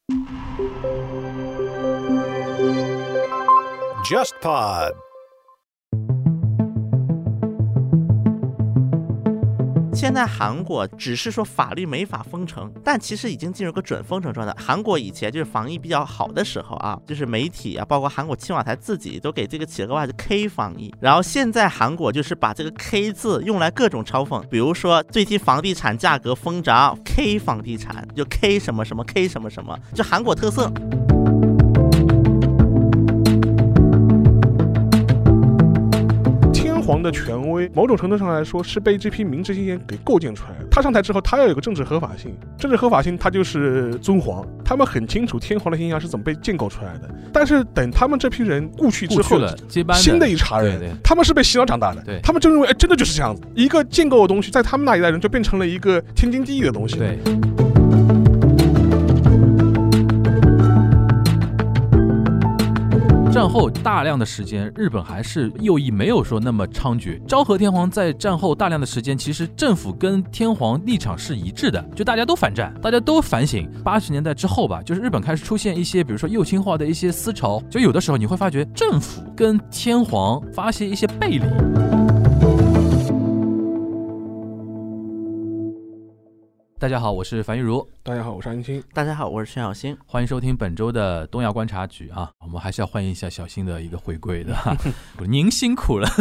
JustPod。 现在韩国只是说法律没法封城，但其实已经进入个准封城状态。韩国以前就是防疫比较好的时候啊，就是媒体啊，包括韩国青瓦台自己都给这个起了个外号 K 防疫。然后现在韩国就是把这个 K 字用来各种嘲讽，比如说最近房地产价格疯涨 ，K 房地产就 K 什么什么 K 什么什么，就韩国特色。 天皇的权威某种程度上来说是被这批明治青年给构建出来的。他上台之后，他要有个政治合法性，政治合法性他就是尊皇。他们很清楚天皇的形象是怎么被建构出来的。但是等他们这批人故去之后， 接班新的一茬人，对对，他们是被洗脑长大的， 对， 他们就认为真的就是这样子，一个建构的东西，在他们那一代人就变成了一个天经地义的东西。 对。战后大量的时间，日本还是右翼没有说那么猖獗。昭和天皇在战后大量的时间，其实政府跟天皇立场是一致的，就大家都反战，大家都反省。80年代之后吧，就是日本开始出现一些，比如说右倾化的一些思潮，就有的时候你会发觉政府跟天皇发现一些背离。大家好，我是樊玉茹。 大家好，我是安青。 大家好，我是全小新。 欢迎收听本周的东亚观察局啊！我们还是要欢迎一下小新的一个回归的哈。您辛苦了。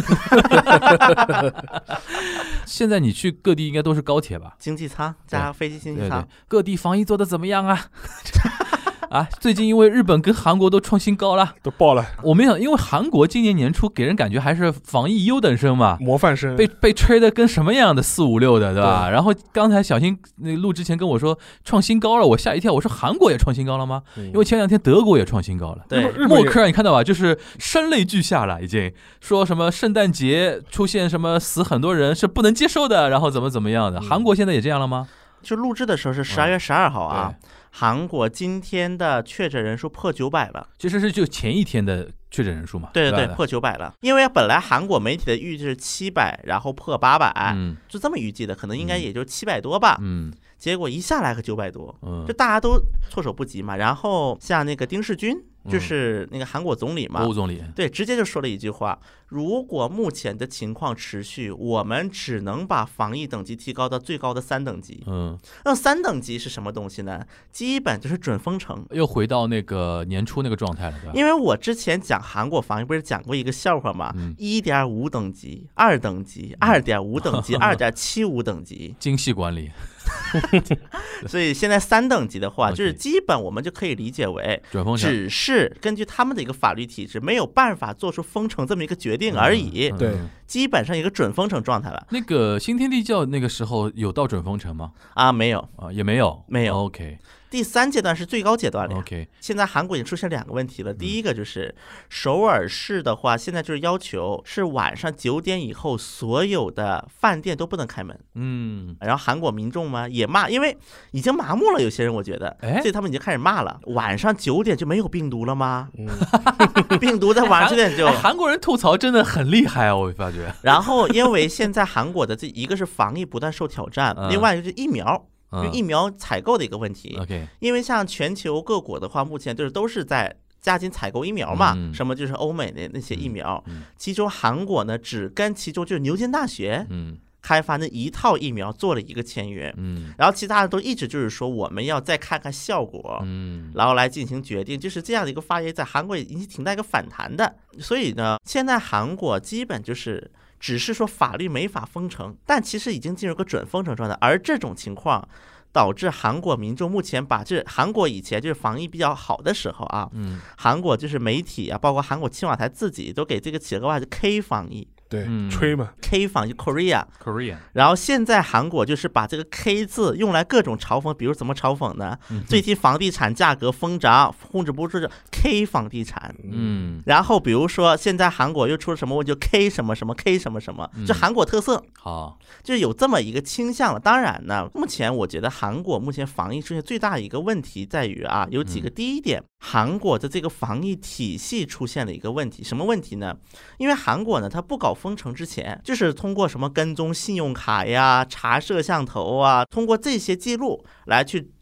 现在你去各地应该都是高铁吧？ 经济舱加飞机经济舱。 对对，各地防疫做得怎么样啊？啊，最近因为日本跟韩国都创新高了， 都爆了。我没想，因为韩国今年年初给人感觉还是防疫优等生嘛， 模范生， 被吹得跟什么样的4、5、6的，对吧？对。然后刚才小新录之前跟我说创新高了，我吓一跳，我说韩国也创新高了吗？因为前2天德国也创新高了。 对， 默克尔你看到吧，就是声泪俱下了，已经说什么圣诞节出现什么死很多人是不能接受的，然后怎么样的。韩国现在也这样了吗？ 就录制的时候是12月12号啊。韩国今天的确诊人数破900了， 其实是就前一天的确诊人数嘛。 对对对，破900了。因为本来韩国媒体的预计是700，然后破800，就这么预计的，可能应该也就700多吧。结果一下来个900多，就大家都措手不及嘛。然后像那个丁世均，就是那个韩国总理嘛， 欧总理， 对，直接就说了一句话：如果目前的情况持续，我们只能把防疫等级提高到最高的3等级。那3等级是什么东西呢？基本就是准封城， 又回到那个年初那个状态了，对吧？ 因为我之前讲韩国防疫不是讲过一个笑话吗？1.5等级、2等级、2.5等级、2.75等级， 精细管理。 所以现在3等级的话，就是基本我们就可以理解为只是根据他们的一个法律体制，没有办法做出封城这么一个决定而已。 对， 基本上一个准封城状态了。 那个新天地教那个时候有到准封城吗？ 啊，没有啊，也没有。OK。 第3阶段是最高阶段了。 OK， 现在韩国已经出现2个问题了。第一个就是首尔市的话，现在就是要求是晚上9点以后所有的饭店都不能开门。然后韩国民众嘛也骂，因为已经麻木了，有些人我觉得，所以他们已经开始骂了。晚上9点就没有病毒了吗？病毒在晚上9点就。 韩国人吐槽真的很厉害啊，我发觉。 然后因为现在韩国的这一个是防疫不断受挑战，另外就是疫苗。就疫苗采购的一个问题。因为像全球各国的话，目前就是都是在加紧采购疫苗嘛，什么就是欧美的那些疫苗，其中韩国呢只跟其中就是牛津大学开发那一套疫苗做了一个签约，然后其他的都一直就是说我们要再看看效果，然后来进行决定，就是这样的一个发言在韩国也引起挺大一个反弹的。所以呢，现在韩国基本就是只是说法律没法封城，但其实已经进入个准封城状态。而这种情况导致韩国民众目前把这韩国以前就是防疫比较好的时候啊，韩国就是媒体啊，包括韩国青瓦台自己都给这个起了个外号 K 防疫。 对，吹嘛 ，K 防就 Korea， 然后现在韩国就是把这个 K 字用来各种嘲讽，比如怎么嘲讽呢？最近房地产价格疯涨，控制不住就 K 房地产，然后比如说现在韩国又出了什么问题，就 K 什么什么 K 什么什么，就韩国特色， 好， 就是有这么一个倾向了。当然呢，目前我觉得韩国目前防疫出现最大的一个问题在于啊，有几个。第一点，韩国的这个防疫体系出现了一个问题，什么问题呢？因为韩国呢，它不搞封城之前，就是通过什么跟踪信用卡呀、查摄像头啊，通过这些记录来去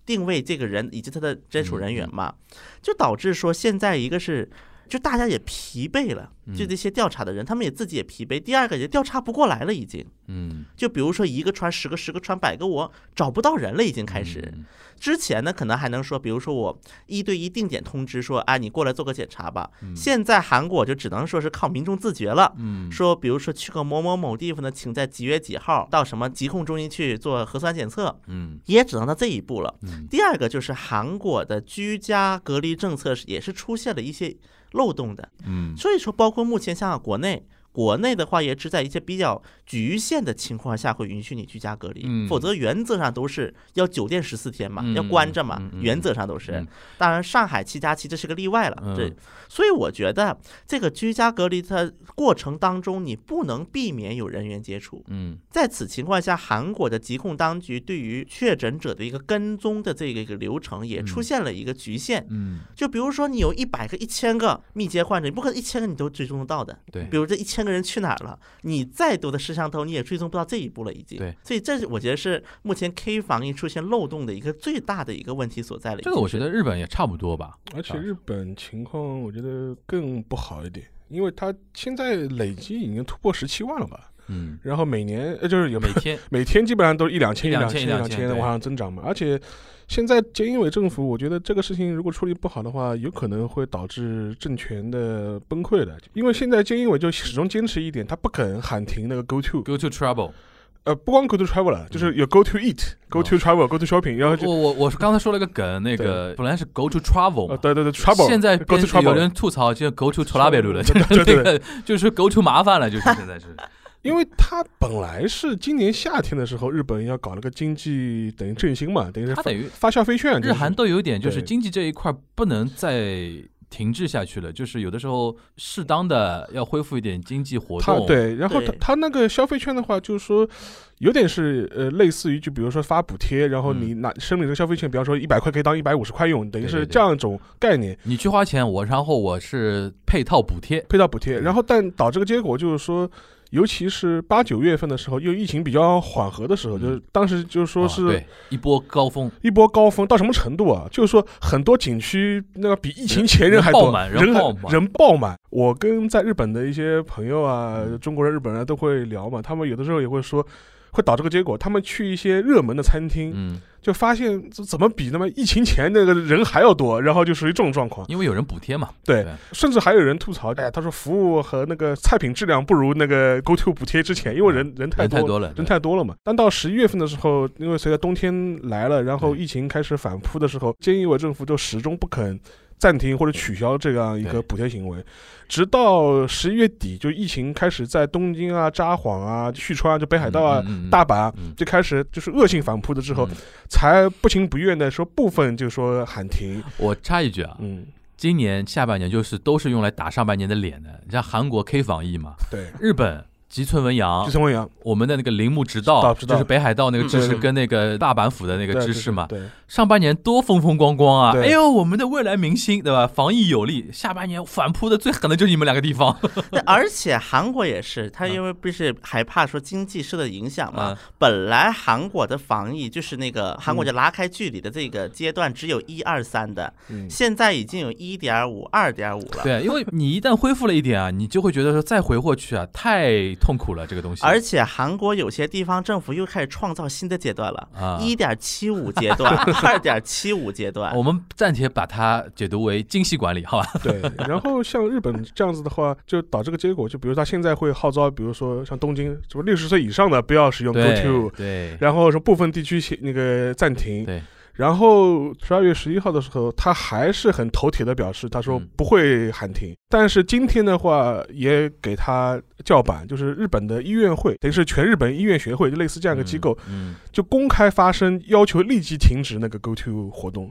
定位这个人以及他的接触人员嘛，就导致说现在一个是。就大家也疲惫了，就这些调查的人，他们也自己也疲惫。第二个也调查不过来了，已经。就比如说一个传10个，10个传100个，我找不到人了，已经开始。之前呢，可能还能说，比如说我1对1定点通知说，你过来做个检查吧。现在韩国就只能说是靠民众自觉了。说比如说去个某某某地方呢，请在几月几号到什么疾控中心去做核酸检测。也只能到这一步了。第二个就是韩国的居家隔离政策也是出现了一些漏洞的，所以说包括目前像国内的话，也只在一些比较局限的情况下会允许你居家隔离，否则原则上都是要酒店14天嘛，要关着嘛，原则上都是。当然，上海7+7这是个例外了，所以我觉得这个居家隔离的过程当中，你不能避免有人员接触。在此情况下，韩国的疾控当局对于确诊者的一个跟踪的这个一个流程也出现了一个局限。就比如说你有100个、1000个密接患者，你不可能1000个你都追踪到的。 对， 比如这1000个人去哪儿了，你再多的摄像头你也追踪不到这一步了，已经。 对， 所以这我觉得是目前 K 防疫出现漏洞的一个最大的一个问题所在了。 这个我觉得日本也差不多吧， 而且日本情况我觉得更不好一点，因为它现在累计已经突破17万了吧。然后每年就是有每天基本上都是1、2千往上增长嘛，而且现在菅义伟政府，我觉得这个事情如果处理不好的话，有可能会导致政权的崩溃的，因为现在菅义伟就始终坚持一点，他不肯喊停那个 Go to Travel。 不光 Go to Travel 了，就是有 Go to Eat、Go to Travel、Go to Shopping， 然后我刚才说了个梗，那个本来是 Go to Travel 嘛， 对 Travel， 现在 Go to Travel 有人吐槽就 Go to Travel 了， 对， 就是 Go to 麻烦了，就是现在是。 因为他本来是今年夏天的时候，日本要搞那个经济等于振兴嘛，等于是发消费券， 日韩都有一点就是经济这一块不能再停滞下去了，就是有的时候适当的要恢复一点经济活动。 对，然后他那个消费券的话，就是说有点是类似于就比如说发补贴，然后你申领这个消费券，比方说100块可以当150块用，等于是这样一种概念。 你去花钱，然后我是配套补贴， 然后但导致个结果就是说。尤其是8、9月份的时候，又疫情比较缓和的时候，就是当时就是说是对一波高峰到什么程度啊？就是说很多景区那个比疫情前人还多，人爆满。我跟在日本的一些朋友啊，中国人、日本人都会聊嘛，他们有的时候也会说，会导致个结果，他们去一些热门的餐厅，就发现怎么比那么疫情前那个人还要多，然后就属于这种状况。 因为有人补贴嘛。 对，甚至还有人吐槽，他说服务和那个菜品质量不如那个 Go to 补贴之前，因为人太多了嘛。但到11月份的时候，因为随着冬天来了，然后疫情开始反扑的时候，菅义伟政府就始终不肯暂停或者取消这样一个补贴行为，直到11月底，就疫情开始在东京啊、札幌啊、旭川啊、就北海道啊、大阪啊，就开始就是恶性反扑的之后，才不情不愿的说部分就说喊停。 我插一句啊，今年下半年就是都是用来打上半年的脸的，像韩国 K 防疫嘛， 对， 日本吉村文洋，我们的那个铃木直道，就是北海道那个知识跟那个大阪府的那个知识嘛， 对， 上半年多风风光光啊！哎呦，我们的未来明星，对吧？防疫有力，下半年反扑的最狠的就是你们2个地方。 而且韩国也是，他因为不是害怕说经济受到影响嘛，本来韩国的防疫就是那个韩国就拉开距离的这个阶段只有1、2、3的，现在已经有1.5、2.5了。 对，因为你一旦恢复了一点啊，你就会觉得说再回过去啊，太痛苦了这个东西。 而且韩国有些地方政府又开始创造新的阶段了，1.75阶段、2.75阶段。 我们暂且把它解读为精细管理，好吧？ 对。然后像日本这样子的话，就导致个结果，就比如他现在会号召，比如说像东京，什么60岁以上的不要使用 Go to， 对。 然后说部分地区那个暂停， 对。 然后12月11号的时候，他还是很头铁的表示，他说不会喊停。但是今天的话，也给他叫板，就是日本的医院会，等于是全日本医院学会，就类似这样一个机构，就公开发声，要求立即停止那个 Go to 活动。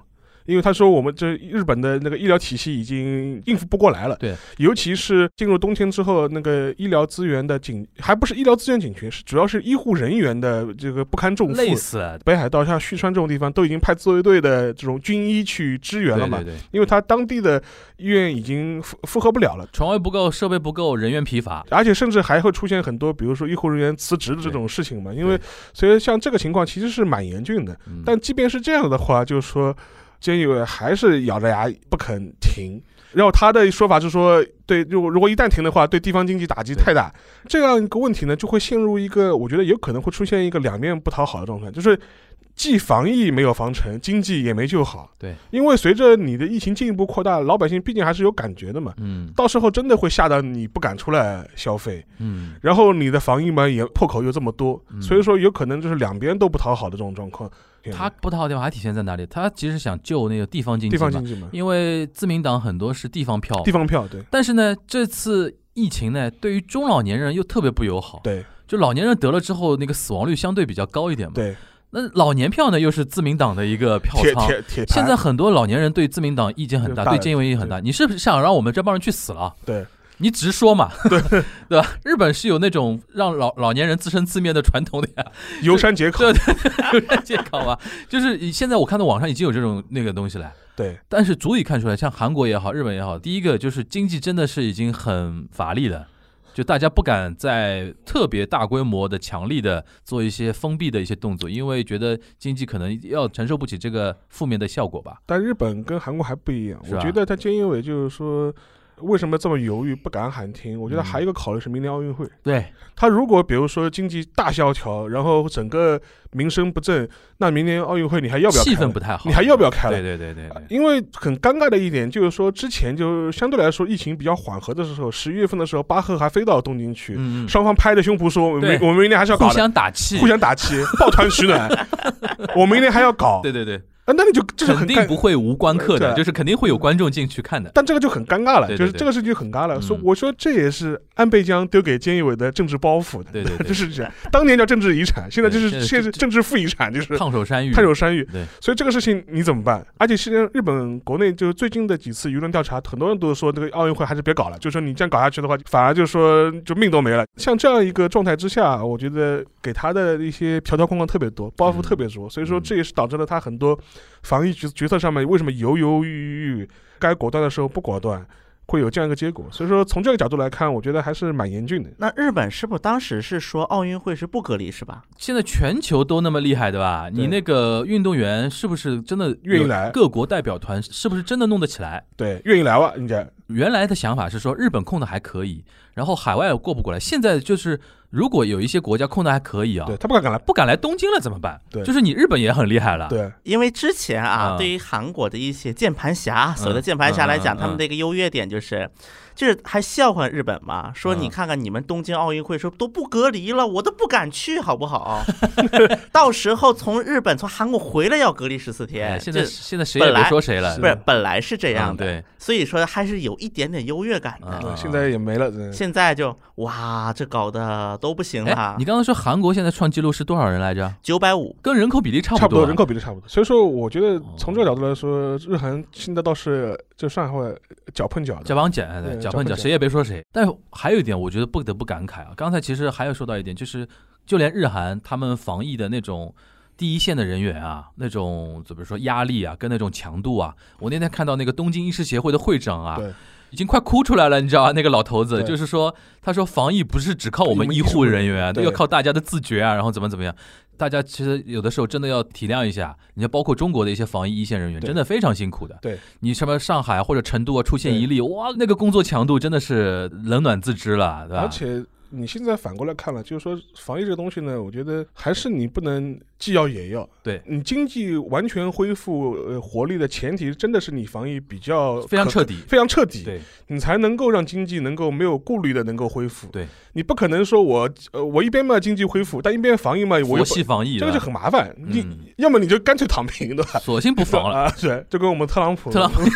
因为他说我们这日本的那个医疗体系已经应付不过来了。 对， 尤其是进入冬天之后，那个医疗资源的还不是医疗资源紧缺，是主要是医护人员的这个不堪重负。 累死了。 北海道像旭川这种地方都已经派自卫队的这种军医去支援了嘛？ 对， 因为他当地的医院已经负荷不了了， 床位不够，设备不够，人员疲乏， 而且甚至还会出现很多，比如说医护人员辞职的这种事情嘛。因为所以像这个情况其实是蛮严峻的。但即便是这样的话，就是说菅义伟还是咬着牙不肯停。然后他的说法是说，对，如果一旦停的话，对地方经济打击太大。这样一个问题呢，就会陷入一个我觉得有可能会出现一个两面不讨好的状态，就是既防疫没有防成，经济也没救好。 对， 因为随着你的疫情进一步扩大，老百姓毕竟还是有感觉的嘛。到时候真的会吓得你不敢出来消费。然后你的防疫嘛也破口又这么多，所以说有可能就是两边都不讨好的这种状况。 他不讨好的地方还体现在哪里？他其实想救那个地方经济嘛，因为自民党很多是地方票，对。但是呢，这次疫情呢，对于中老年人又特别不友好。 对， 就老年人得了之后，那个死亡率相对比较高一点嘛。 对。 那老年票呢，又是自民党的一个票仓。现在很多老年人对自民党意见很大，对菅义伟意见很大。你是不是想让我们这帮人去死了？ 对。 你直说嘛，对吧？日本是有那种让老年人自生自灭的传统的呀， 游山解考， 对，游山解考嘛。就是现在我看到网上已经有这种那个东西了， 对。 但是足以看出来，像韩国也好，日本也好，第一个就是经济真的是已经很乏力了，就大家不敢再特别大规模的、强力的做一些封闭的一些动作，因为觉得经济可能要承受不起这个负面的效果吧。 但日本跟韩国还不一样，我觉得他菅义伟就是说，为什么这么犹豫不敢喊停？我觉得还有一个考虑是明年奥运会。 对， 他如果比如说经济大萧条，然后整个民生不振，那明年奥运会你还要不要开？ 气氛不太好， 你还要不要开了？ 对。 因为很尴尬的一点就是说，之前就相对来说疫情比较缓和的时候，11月份的时候，巴赫还飞到东京去，双方拍着胸脯说，我们明年还是要搞， 互相打气， 抱团取暖，我明年还要搞。 对。 那你这肯定不会无观客的，就是肯定会有观众进去看的。 但这个就很尴尬了，就是这个事情就很尬了。所以我说这也是安倍江丢给菅义伟的政治包袱。 对， 就是这样。当年叫政治遗产，现在就是政治负遗产，就是烫手山芋。 对，所以这个事情你怎么办？而且现在日本国内就最近的几次舆论调查，很多人都说这个奥运会还是别搞了，就说你这样搞下去的话，反而就说就命都没了。像这样一个状态之下，我觉得给他的一些条条框框特别多，包袱特别多，所以说这也是导致了他很多防疫决策上面为什么犹犹豫豫，该果断的时候不果断，会有这样一个结果。所以说从这个角度来看，我觉得还是蛮严峻的。 那日本是不是当时是说奥运会是不隔离是吧？ 现在全球都那么厉害对吧？你那个运动员是不是真的愿意来？ 各国代表团是不是真的弄得起来？ 对，愿意来哇！人家原来的想法是说日本控的还可以，然后海外过不过来。现在就是如果有一些国家控的还可以啊， 对他不敢来东京了怎么办？ 对， 就是你日本也很厉害了。 对， 因为之前对于韩国的一些键盘侠，所谓的键盘侠来讲，他们的一个优越点就是还笑话日本嘛，说你看看你们东京奥运会说都不隔离了，我都不敢去，好不好？到时候从韩国回来要隔离14天。 现在谁也别说谁了， 不是本来是这样的， 对， 所以说还是有一点点优越感的。 现在也没了， 现在就哇，这搞得都不行了。 你刚刚说韩国现在创纪录是多少人来着 ？950， 跟人口比例差不多， 人口比例差不多。所以说，我觉得从这个角度来说，日韩现在倒是就上海脚碰脚的， 脚碰脚，谁也别说谁。但还有一点，我觉得不得不感慨啊。刚才其实还有说到一点，就是就连日韩他们防疫的那种第一线的人员啊，那种怎么说压力啊，跟那种强度啊，我那天看到那个东京医师协会的会长啊，已经快哭出来了，你知道吧？那个老头子就是说，他说防疫不是只靠我们医护人员啊，都要靠大家的自觉啊，然后怎么样。大家其实有的时候真的要体谅一下，你像包括中国的一些防疫一线人员，真的非常辛苦的。 对， 你什么上海或者成都出现一例，哇，那个工作强度真的是冷暖自知了，对吧？ 而且你现在反过来看了，就是说防疫这个东西呢，我觉得还是你不能既要也要。 对， 你经济完全恢复活力的前提，真的是你防疫比较非常彻底， 对，你才能够让经济能够没有顾虑的能够恢复。 对， 你不可能说我一边嘛经济恢复，但一边防疫嘛我又佛系防疫， 这个就很麻烦。你要么你就干脆躺平，对吧？ 索性不防了啊，对，就跟我们特朗普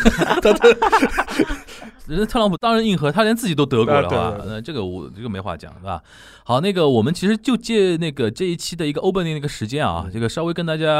人家特朗普当然硬核，他连自己都得过了，那这个没话讲，对吧？好，那个我们其实就借那个这一期的一个 opening 那个时间啊，这个稍微跟大家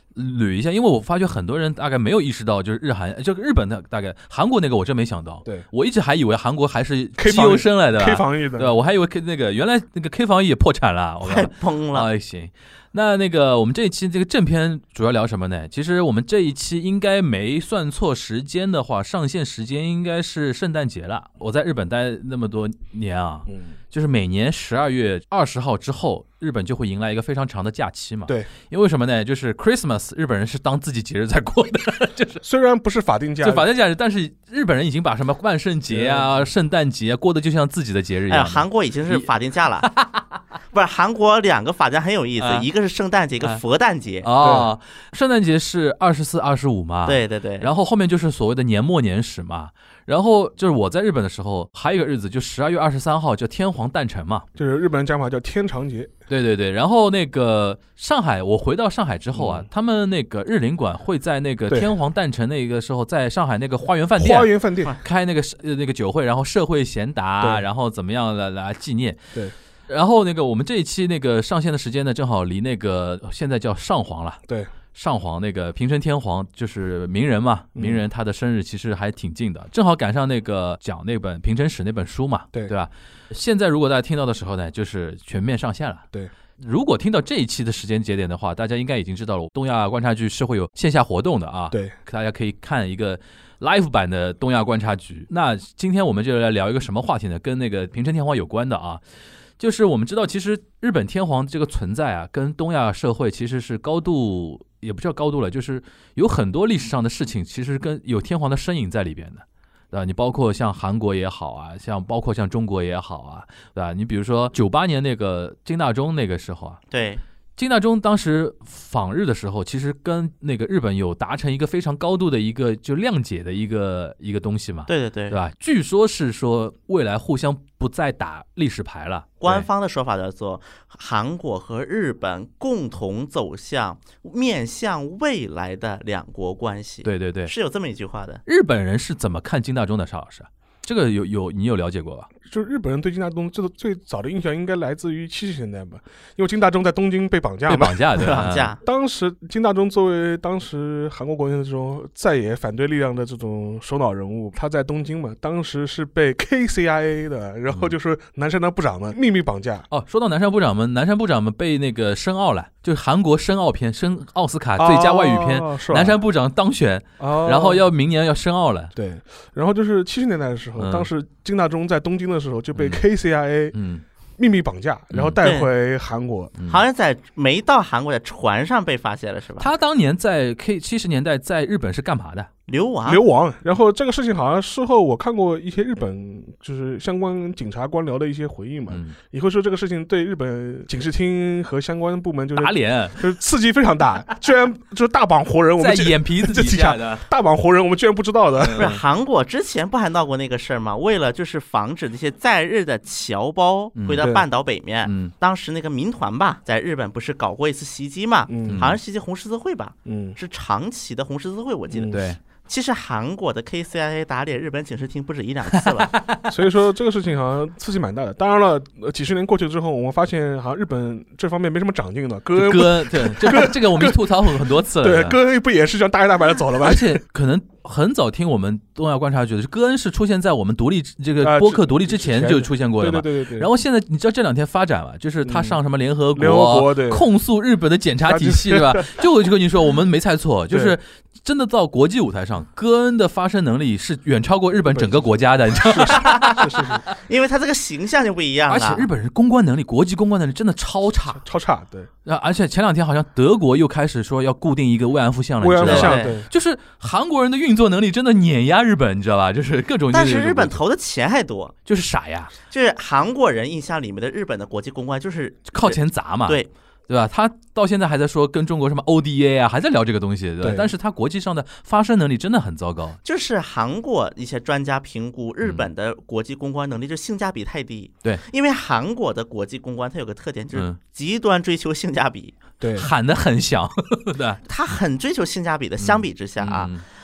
捋一下，因为我发觉很多人大概没有意识到，就是日韩，就日本的大概，韩国那个我真没想到。 对， 我一直还以为韩国还是绩优生来的 ，K 防疫的， 对吧？我还以为那个原来那个 K 防疫也破产了， 太崩了。 哎，行。那个我们这一期这个正片主要聊什么呢？其实我们这一期应该没算错时间的话，上线时间应该是圣诞节了。我在日本待那么多年啊，就是每年12月20号之后，日本就会迎来一个非常长的假期嘛。 对， 因为什么呢？就是 Christmas 日本人是当自己节日在过的，就是虽然不是法定假日， 就法定假日，但是日本人已经把什么万圣节啊、圣诞节过得就像自己的节日一样。 韩国已经是法定假了。不是，韩国2个法假很有意思，一个是圣诞节，一个佛诞节。 哦，圣诞节是24、25嘛？ 对对对。 然后后面就是所谓的年末年始嘛。然后就是我在日本的时候，还有一个日子，就12月23号叫天皇诞辰嘛， 就是日本人讲法叫天长节。 对对对。然后那个上海，我回到上海之后啊，他们那个日领馆会在那个天皇诞辰那个时候，在上海那个花园饭店开那个酒会，然后社会贤达，然后怎么样来纪念。 对。 然后那个我们这一期那个上线的时间呢，正好离那个现在叫上皇了。 对。 上皇那个平成天皇就是名人嘛，名人他的生日其实还挺近的，正好赶上那个讲那本平成史那本书嘛，对吧？现在如果大家听到的时候呢，就是全面上线了。 对。 如果听到这一期的时间节点的话，大家应该已经知道了，东亚观察局是会有线下活动的啊。 对， 大家可以看一个 live 版的东亚观察局。那今天我们就来聊一个什么话题呢？跟那个平成天皇有关的啊。就是我们知道，其实日本天皇这个存在啊，跟东亚社会其实是高度，也不叫高度了，就是有很多历史上的事情，其实跟有天皇的身影在里边的，对吧？你包括像韩国也好啊，包括像中国也好啊，对吧？你比如说98年那个金大中那个时候啊， 对。 金大中当时访日的时候，其实跟那个日本有达成一个非常高度的一个就谅解的一个东西嘛。 对对对， 对吧？据说是说未来互相不再打历史牌了。 官方的说法叫做韩国和日本共同走向面向未来的两国关系。 对对对， 是有这么一句话的。 日本人是怎么看金大中的，邵老师？这个你有了解过吧？ 就日本人对金大中最早的印象应该来自于70年代吧，因为金大中在东京被绑架嘛。 被绑架，对吧？ 绑架。 当时金大中作为当时韩国国内的这种在野反对力量的这种首脑人物，他在东京嘛，当时是被 KCIA 的，然后就是南山部长们秘密绑架。 哦，说到南山部长们被那个申奥了，就是韩国申奥片，申奥斯卡最佳外语片，南山部长当选，然后明年要申奥了。 对，然后就是70年代的时候，当时金大中在东京的时候就被 KCIA 秘密绑架，然后带回韩国， 好像在没到韩国的船上被发现了，是吧？ 他当年在70年代在日本是干嘛的？ 流亡。 然后这个事情好像事后我看过一些日本就是相关警察官僚的一些回应嘛，以后说这个事情对日本警视厅和相关部门就是打脸， 就是刺激非常大，居然就是大绑活人，我们在眼皮子底下的大绑活人，我们居然不知道的。 不是韩国之前不还闹过那个事儿吗？为了就是防止那些在日的侨胞回到半岛北面，当时那个民团吧，在日本不是搞过一次袭击嘛？好像袭击红十字会吧？是长崎的红十字会，我记得。 对。 其实韩国的 KCIA 打脸日本警视厅不止1-2次了， 所以说这个事情好像刺激蛮大的。当然了，几十年过去之后，我们发现好像日本这方面没什么长进的。戈恩对，这个我们吐槽很多次了。 对，戈恩不也是这样大摇大摆的走了吗？ 而且可能很早听我们东亚观察局的，戈恩是出现在我们独立这个播客独立之前就出现过的嘛。 对。 然后现在你知道这2天发展了，就是他上什么联合国控诉日本的检察体系，对吧？就我就跟你说，我们没猜错，就是真的到国际舞台上，戈恩的发声能力是远超过日本整个国家的，你知道吗？ 是， 因为他这个形象就不一样了。 而且日本人公关能力，国际公关能力真的超差。 对。 而且前2天好像德国又开始说要固定一个慰安妇像了， 慰安妇像， 对， 就是韩国人的运作能力真的碾压日本，你知道吧？就是各种。 但是日本投的钱还多， 就是傻呀。 就是韩国人印象里面的日本的国际公关就是靠钱砸嘛，对吧？他到现在还在说跟中国什么 ODA 啊，还在聊这个东西，对吧？ 对。 但是他国际上的发声能力真的很糟糕。 就是韩国一些专家评估日本的国际公关能力，就性价比太低。 对， 因为韩国的国际公关它有个特点，就是极端追求性价比。 对， 喊得很响，对， 他很追求性价比的。相比之下啊，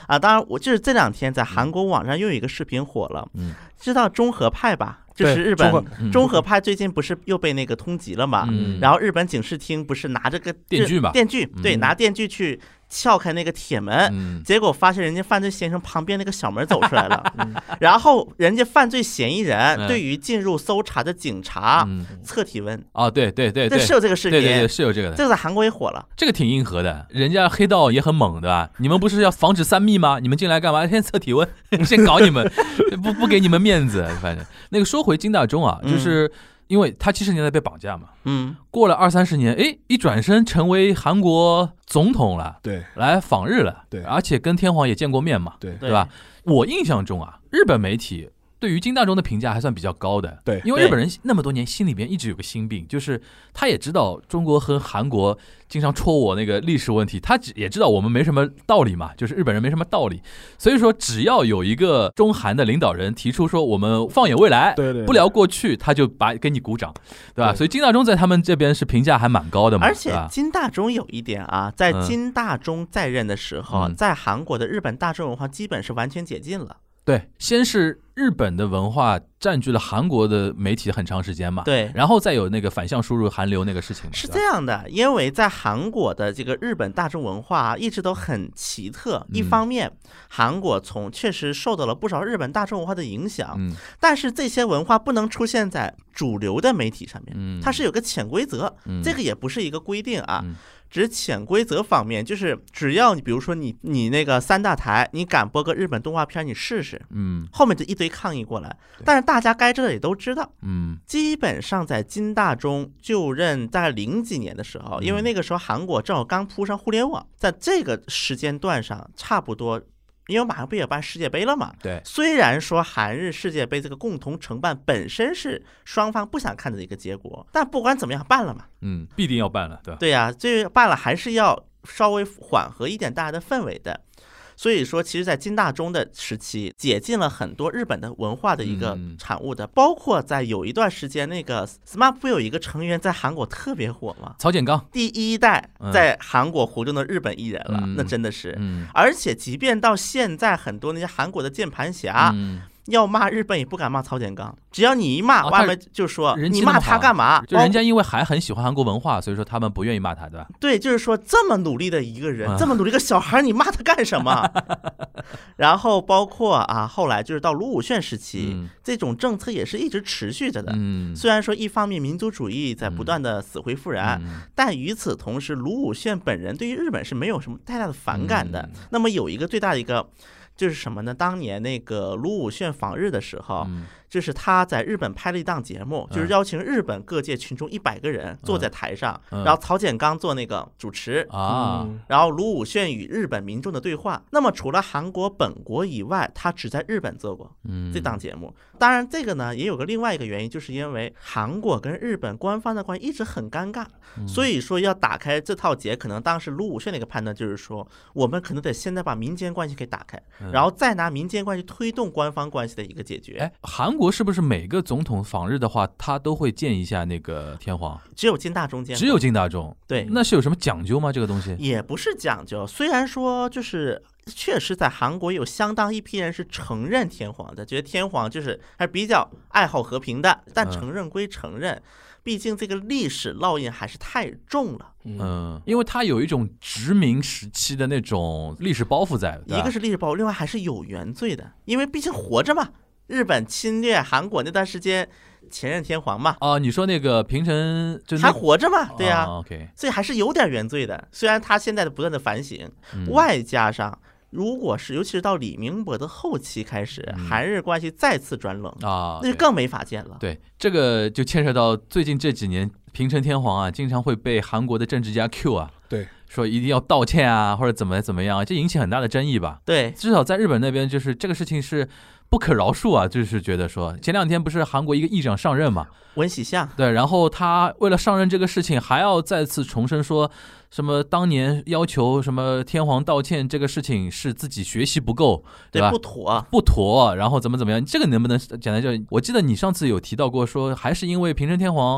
啊。当然，我就是这2天在韩国网上又有一个视频火了，知道中和派吧？就是日本中和派最近不是又被那个通缉了嘛？然后日本警视厅不是拿着个电锯嘛？ 电锯，对，拿电锯去撬开那个铁门，结果发现人家犯罪嫌疑人旁边那个小门走出来了，然后人家犯罪嫌疑人对于进入搜查的警察测体温啊，对，这是有这个视频， 对，是有这个的， 这个在韩国也火了， 这个挺硬核的，人家黑道也很猛的吧？你们不是要防止3密吗？你们进来干嘛？先测体温，先搞你们，不给你们面子。反正那个说回金大中啊，就是因为他70年代被绑架嘛，过了20-30年，一转身成为韩国总统了， 对， 来访日了， 对， 而且跟天皇也见过面嘛， 对吧？我印象中啊，日本媒体对于金大中的评价还算比较高的， 对， 因为日本人那么多年心里边一直有个心病，就是他也知道中国和韩国经常戳我那个历史问题，他也知道我们没什么道理嘛，就是日本人没什么道理，所以说只要有一个中韩的领导人提出说我们放眼未来， 对， 不聊过去，他就给你鼓掌，对吧？所以金大中在他们这边是评价还蛮高的嘛。 而且金大中有一点啊，在金大中在任的时候，在韩国的日本大众文化基本是完全解禁了。 对，先是日本的文化占据了韩国的媒体很长时间嘛， 对， 然后再有那个反向输入韩流那个事情， 是这样的，因为在韩国的这个日本大众文化一直都很奇特，一方面韩国确实受到了不少日本大众文化的影响，但是这些文化不能出现在主流的媒体上面，它是有个潜规则，这个也不是一个规定啊。只潜规则方面，就是只要你比如说你那个3大台，你敢播个日本动画片，你试试，后面就一堆抗议过来。但是大家该知道也都知道，基本上在金大中就任在00几年的时候，因为那个时候韩国正好刚铺上互联网，在这个时间段上，差不多。因为马上不也办世界杯了嘛？ 对， 虽然说韩日世界杯这个共同承办本身是双方不想看的一个结果，但不管怎么样办了嘛， 必定要办了，对吧？ 对呀，这办了还是要稍微缓和一点大家的氛围的。所以说，其实，在金大中的时期，解禁了很多日本的文化的一个产物的，包括在有一段时间，那个 SMAP 不有一个成员在韩国特别火吗？ 曹建刚， 第1代在韩国活动的日本艺人了，那真的是，而且即便到现在，很多那些韩国的键盘侠。要骂日本也不敢骂曹建刚，只要你一骂，外面就说你骂他干嘛？ 就人家因为还很喜欢韩国文化，所以说他们不愿意骂他，对吧？ 对，就是说这么努力的一个人，这么努力一个小孩，你骂他干什么？然后包括后来就是到卢武铉时期，这种政策也是一直持续着的。虽然说一方面民族主义在不断的死灰复燃，但与此同时，卢武铉本人对于日本是没有什么太大的反感的。那么有一个最大的一个。就是什么呢？当年那个卢武铉访日的时候，就是他在日本拍了一档节目，就是邀请日本各界群众100个人坐在台上，然后曹建刚做那个主持然后卢武铉与日本民众的对话。那么除了韩国本国以外，他只在日本做过这档节目。当然，这个呢也有个另外一个原因，就是因为韩国跟日本官方的关系一直很尴尬，所以说要打开这套结，可能当时卢武铉那个判断就是说，我们可能得现在把民间关系给打开。然后再拿民间关系推动官方关系的一个解决。 韩国是不是每个总统访日的话，他都会见一下那个天皇？ 只有金大中见， 只有金大中。 对， 那是有什么讲究吗？这个东西也不是讲究，虽然说就是确实在韩国有相当一批人是承认天皇的，觉得天皇就是还比较爱好和平的，但承认归承认。毕竟这个历史烙印还是太重了， 因为它有一种殖民时期的那种历史包袱在， 一个是历史包袱，另外还是有原罪的，因为毕竟活着嘛。日本侵略韩国那段时间，前任天皇嘛， 你说那个平成还活着嘛？对呀 ，OK， 所以还是有点原罪的。虽然他现在的不断的反省，外加上。如果是尤其是到李明博的后期开始，韩日关系再次转冷那就更没法见了。 对，这个就牵扯到最近这几年，平成天皇经常会被韩国的政治家 Q 对， 说一定要道歉或者怎么样，这引起很大的争议吧？ 对， 至少在日本那边，就是这个事情是不可饶恕就是觉得说，前2天不是韩国一个议长上任嘛， 文喜相， 对，然后他为了上任这个事情，还要再次重申说什么当年要求什么天皇道歉这个事情是自己学习不够，对吧？不妥，然后怎么样？这个能不能简单就？我记得你上次有提到过说，还是因为平成天皇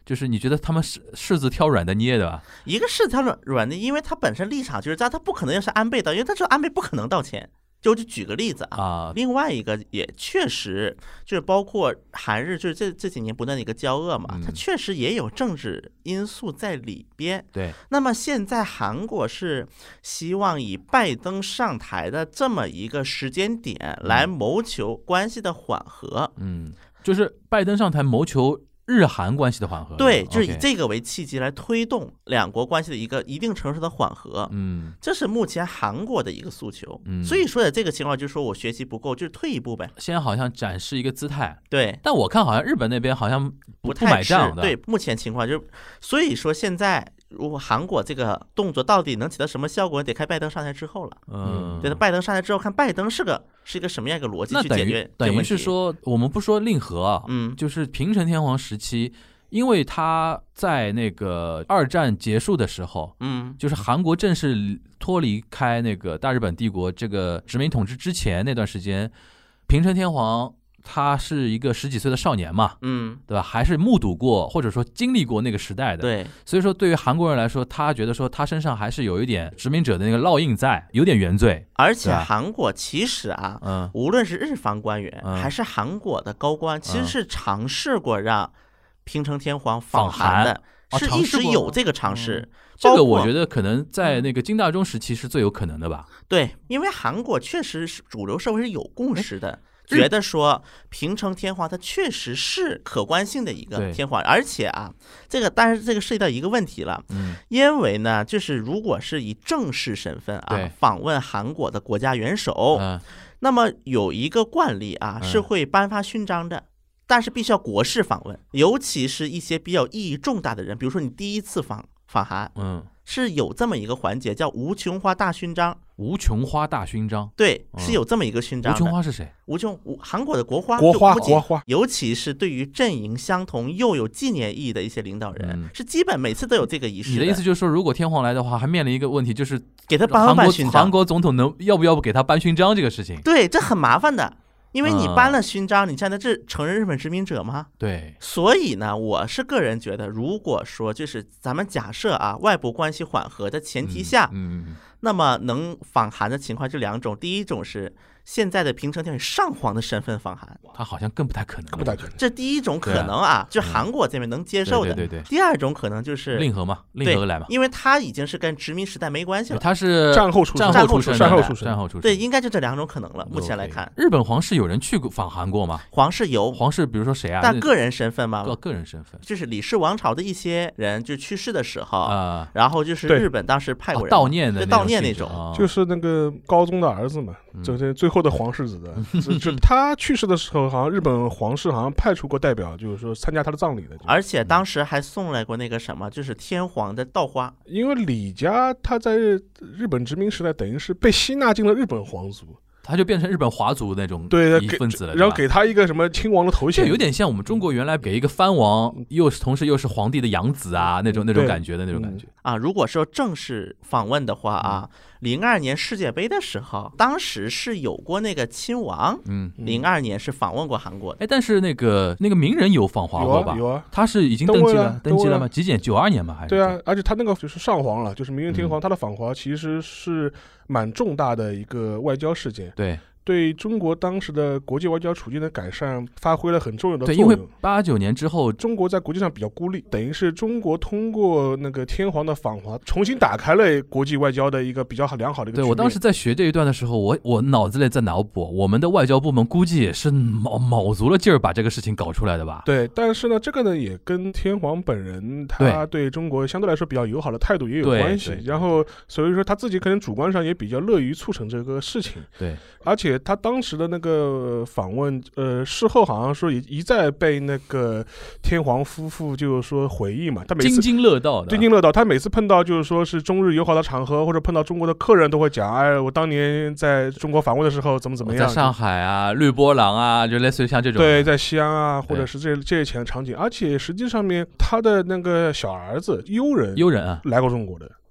就是你觉得他们柿子挑软的捏的吧？ 一个是挑软的，因为他本身立场就是他不可能要是安倍的，因为他知道安倍不可能道歉。就举个例子啊，另外一个也确实就是包括韩日就是这几年不断的一个交恶嘛，它确实也有政治因素在里边。 对， 那么现在韩国是希望以拜登上台的这么一个时间点来谋求关系的缓和。 就是拜登上台谋求日韩关系的缓和， 对，就是以这个为契机来推动两国关系的一个一定程度的缓和。这是目前韩国的一个诉求。所以说的这个情况就是说我学习不够，就是退一步呗。 现在好像展示一个姿态， 对。 但我看好像日本那边好像不太买账的。 对，目前情况就是，所以说现在如果韩国这个动作到底能起到什么效果，得看拜登上台之后了。对，拜登上台之后，看拜登是一个什么样一个逻辑去解决。 等于是说，我们不说令和，就是平成天皇时期，因为他在那个2战结束的时候，就是韩国正式脱离开那个大日本帝国这个殖民统治之前那段时间，平成天皇他是一个10几岁的少年嘛，对吧？还是目睹过或者说经历过那个时代的， 对。 所以说对于韩国人来说，他觉得说他身上还是有一点殖民者的那个烙印在，有点原罪。 而且韩国其实啊，无论是日方官员还是韩国的高官，其实是尝试过让平成天皇访韩的，是一直有这个尝试。 这个我觉得可能在那个金大中时期是最有可能的吧。 对，因为韩国确实是主流社会是有共识的。觉得说平成天皇它确实是可观性的一个天皇，而且但是这个涉及到一个问题了，因为呢，就是如果是以正式身份访问韩国的国家元首，那么有一个惯例是会颁发勋章的，但是必须要国事访问，尤其是一些比较意义重大的人，比如说你第一次访韩，是有这么一个环节叫无穷花大勋章。 无穷花大勋章， 对，是有这么一个勋章的。 无穷花是谁？ 韩国的国花，尤其是对于阵营相同又有纪念意义的一些领导人，是基本每次都有这个仪式的。 你的意思就是说，如果天皇来的话，还面临一个问题，就是给他颁勋章。 韩国总统要不给他颁勋章这个事情？ 对，这很麻烦的。因为你颁了勋章，你现在这承认日本殖民者吗？ 对， 所以呢，我是个人觉得，如果说就是咱们假设外部关系缓和的前提下，那么能访韩的情况就2种，第一种是现在的平成天皇以上皇的身份访韩， 他好像更不太可能， 这第一种可能就韩国这边能接受的。 对。 第二种可能就是令和嘛，令和来嘛， 因为他已经是跟殖民时代没关系了， 他是战后出生， 对，应该就这2种可能了。目前来看， 日本皇室有人去访韩过吗？ 皇室有， 皇室比如说谁啊？ 但个人身份吗？ 个人身份， 就是李氏王朝的一些人就去世的时候然后就是日本当时派过人悼念那种， 就是那个高宗的儿子嘛，就是最后的皇室子的。就他去世的时候，好像日本皇室好像派出过代表，就是说参加他的葬礼的。 而且当时还送来过那个什么，就是天皇的稻花。 因为李家他在日本殖民时代等于是被吸纳进了日本皇族， 他就变成日本华族那种一份子了， 然后给他一个什么亲王的头衔， 就有点像我们中国原来给一个藩王，同时又是皇帝的养子那种感觉的那种感觉如果说正式访问的话02年世界杯的时候，当时是有过那个亲王，02年是访问过韩国的。 但是那个名人有访华过吧？ 有啊， 他是已经登基了吗？几检92年吗？还是？ 对啊，而且他那个就是上皇了，就是明仁天皇，他的访华其实是蛮重大的一个外交事件。对中国当时的国际外交处境的改善发挥了很重要的作用。 对，因为89年之后， 中国在国际上比较孤立，等于是中国通过那个天皇的访华，重新打开了国际外交的一个比较良好的一个局面。 对，我当时在学这一段的时候，我脑子里在脑补，我们的外交部门估计也是卯足了劲儿把这个事情搞出来的吧？ 对，但是呢，这个呢也跟天皇本人他对中国相对来说比较友好的态度也有关系。然后，所以说他自己可能主观上也比较乐于促成这个事情。 对。 而且他当时的那个访问，事后好像说也一再被那个天皇夫妇就是说回忆嘛，他每次津津乐道。 他每次碰到就是说是中日友好的场合，或者碰到中国的客人，都会讲，我当年在中国访问的时候怎么样， 在上海绿波廊就类似于像这种， 对，在西安或者是这些前场景。而且实际上面他的那个小儿子悠仁啊来过中国的。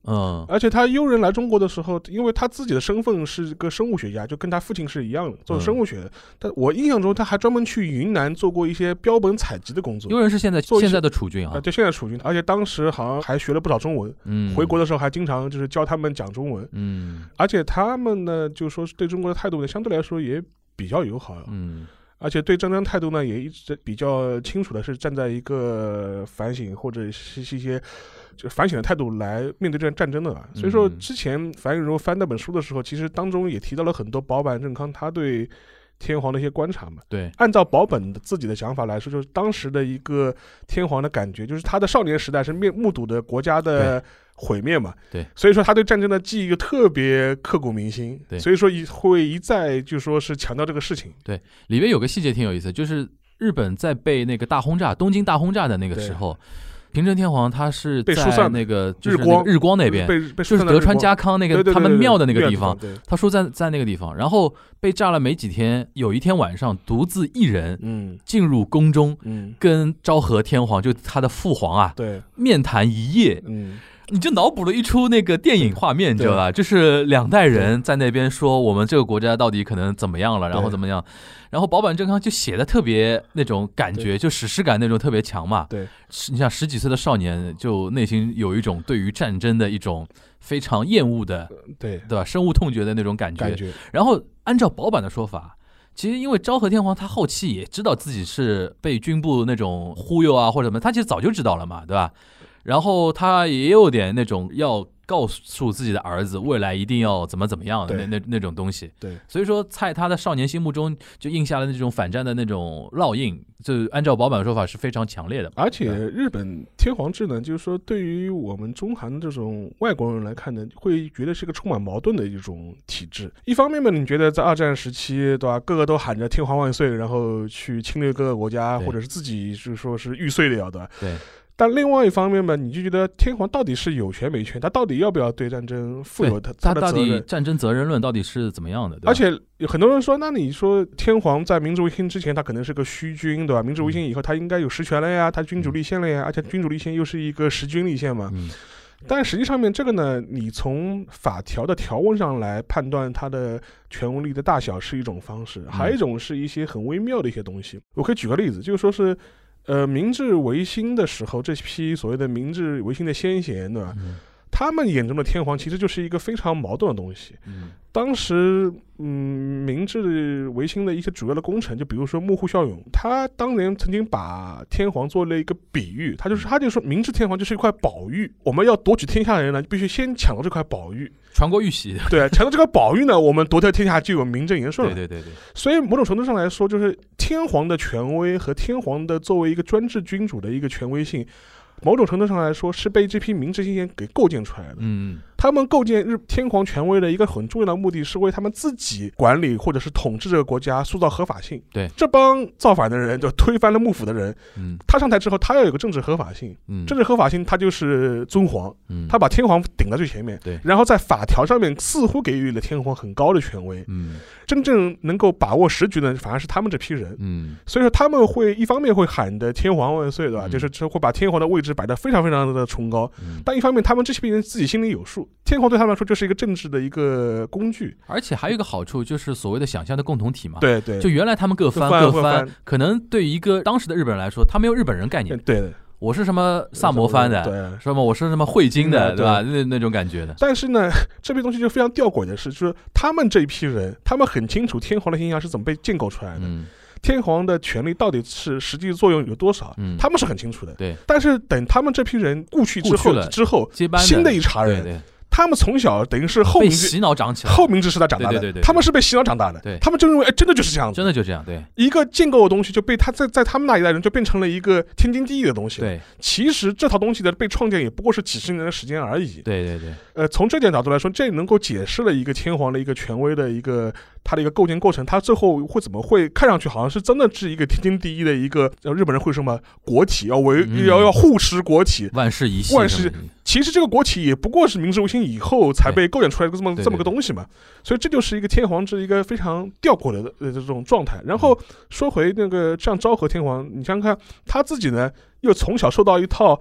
而且他悠仁来中国的时候，因为他自己的身份是个生物学家，就跟他父亲是一样的，做生物学的。但我印象中他还专门去云南做过一些标本采集的工作。 悠仁是现在的储君啊， 对，现在储君，而且当时好像还学了不少中文。回国的时候还经常就是教他们讲中文。而且他们呢，就说是对中国的态度呢，相对来说也比较友好。而且对战争态度呢，也一直比较清楚的是站在一个反省或者是一些就反省的态度来面对这战争的。所以说之前樊雨柔翻那本书的时候，其实当中也提到了很多保坂正康他对天皇的一些观察嘛。 对， 按照保本自己的想法来说，就是当时的一个天皇的感觉，就是他的少年时代是目睹的国家的毁灭嘛。 对， 所以说他对战争的记忆就特别刻骨铭心。 对， 所以说会一再就说是强调这个事情。 对，里面有个细节挺有意思，就是日本在被那个东京大轰炸的那个时候，平成天皇他是在那个就是日光那边，就是德川家康那个他们庙的那个地方，他说在那个地方，然后被炸了没几天，有一天晚上独自一人进入宫中，跟昭和天皇就他的父皇啊，面谈一夜。你就脑补了一出那个电影画面，你知道吧？就是两代人在那边说我们这个国家到底可能怎么样了，然后怎么样，然后保坂正康就写的特别那种感觉，就史诗感那种特别强嘛。 对， 你想10几岁的少年，就内心有一种对于战争的一种非常厌恶的，对吧？深恶痛绝的那种感觉。然后按照保坂的说法，其实因为昭和天皇他后期也知道自己是被军部那种忽悠啊或者什么，他其实早就知道了嘛，对吧？然后他也有点那种要告诉自己的儿子未来一定要怎么样的那种东西。 对， 所以说在他的少年心目中就印下了那种反战的那种烙印，就按照保坂的说法是非常强烈的。 而且日本天皇制呢，就是说对于我们中韩这种外国人来看呢，会觉得是个充满矛盾的一种体制。一方面嘛，你觉得在二战时期，对吧，个个都喊着天皇万岁，然后去侵略各个国家，或者是自己是说是玉碎了的。 对。 但另外一方面嘛，你就觉得天皇到底是有权没权，他到底要不要对战争负有他的责任？ 他到底战争责任论到底是怎么样的？对吧？ 而且很多人说，那你说天皇在明治维新之前，他可能是个虚君，对吧？明治维新以后，他应该有实权了呀，他君主立宪了呀，而且君主立宪又是一个实君立宪嘛。但实际上面这个呢，你从法条的条文上来判断它的权威力的大小是一种方式，还有一种是一些很微妙的一些东西。我可以举个例子，就是说是明治维新的时候，这批所谓的明治维新的先贤，对吧？他们眼中的天皇其实就是一个非常矛盾的东西。当时明治维新的一些主要的功臣，就比如说幕户孝永，他当年曾经把天皇做了一个比喻，他就说明治天皇就是一块宝玉，我们要夺取天下的人呢，必须先抢到这块宝玉， 传国玉玺。对， 抢到这块宝玉呢，我们夺得天下就有名正言顺了。 对。 所以某种程度上来说，就是天皇的权威和天皇的作为一个专制君主的一个权威性，某种程度上来说是被这批明治先贤给构建出来的。他们构建天皇权威的一个很重要的目的是为他们自己管理或者是统治这个国家塑造合法性。 对， 这帮造反的人，就推翻了幕府的人，他上台之后他要有个政治合法性。政治合法性他就是尊皇，他把天皇顶在最前面。 对， 然后在法条上面似乎给予了天皇很高的权威。真正能够把握时局的反而是他们这批人。所以说他们会一方面会喊的天皇万岁，对吧？就是会把天皇的位置摆得非常非常的崇高。但一方面他们这批人自己心里有数，天皇对他们来说就是一个政治的一个工具。 而且还有一个好处就是所谓的想象的共同体嘛。 对， 就原来他们各翻，可能对于一个当时的日本人来说，他没有日本人概念。 对， 我是什么萨摩藩的， 对， 什么我是什么汇金的，对吧？那种感觉的。 但是呢，这批东西就非常吊诡的是，就是他们这一批人，他们很清楚天皇的形象是怎么被建构出来的。天皇的权力到底是实际作用有多少，他们是很清楚的。 对， 但是等他们这批人故去之后， 接班新的一茬人，他们从小等于是后被洗脑长起来， 后明治时代长大的。对，他们是被洗脑长大的。 对， 他们就认为真的就是这样子， 真的就这样。对， 一个建构的东西就被他在他们那一代人就变成了一个天经地义的东西。 对， 其实这套东西的被创建也不过是几十年的时间而已。 对。 从这点角度来说，这能够解释了一个天皇的一个权威的一个他的一个构建过程，他最后会怎么会看上去好像是真的是一个天经地义的一个日本人会什么国体要护持国体， 万世一系。 其实这个国体也不过是明治维新以后才被构建出来的这么个东西嘛。所以这就是一个天皇制一个非常吊诡的这种状态。然后说回那个像昭和天皇，你想想看，他自己呢又从小受到一套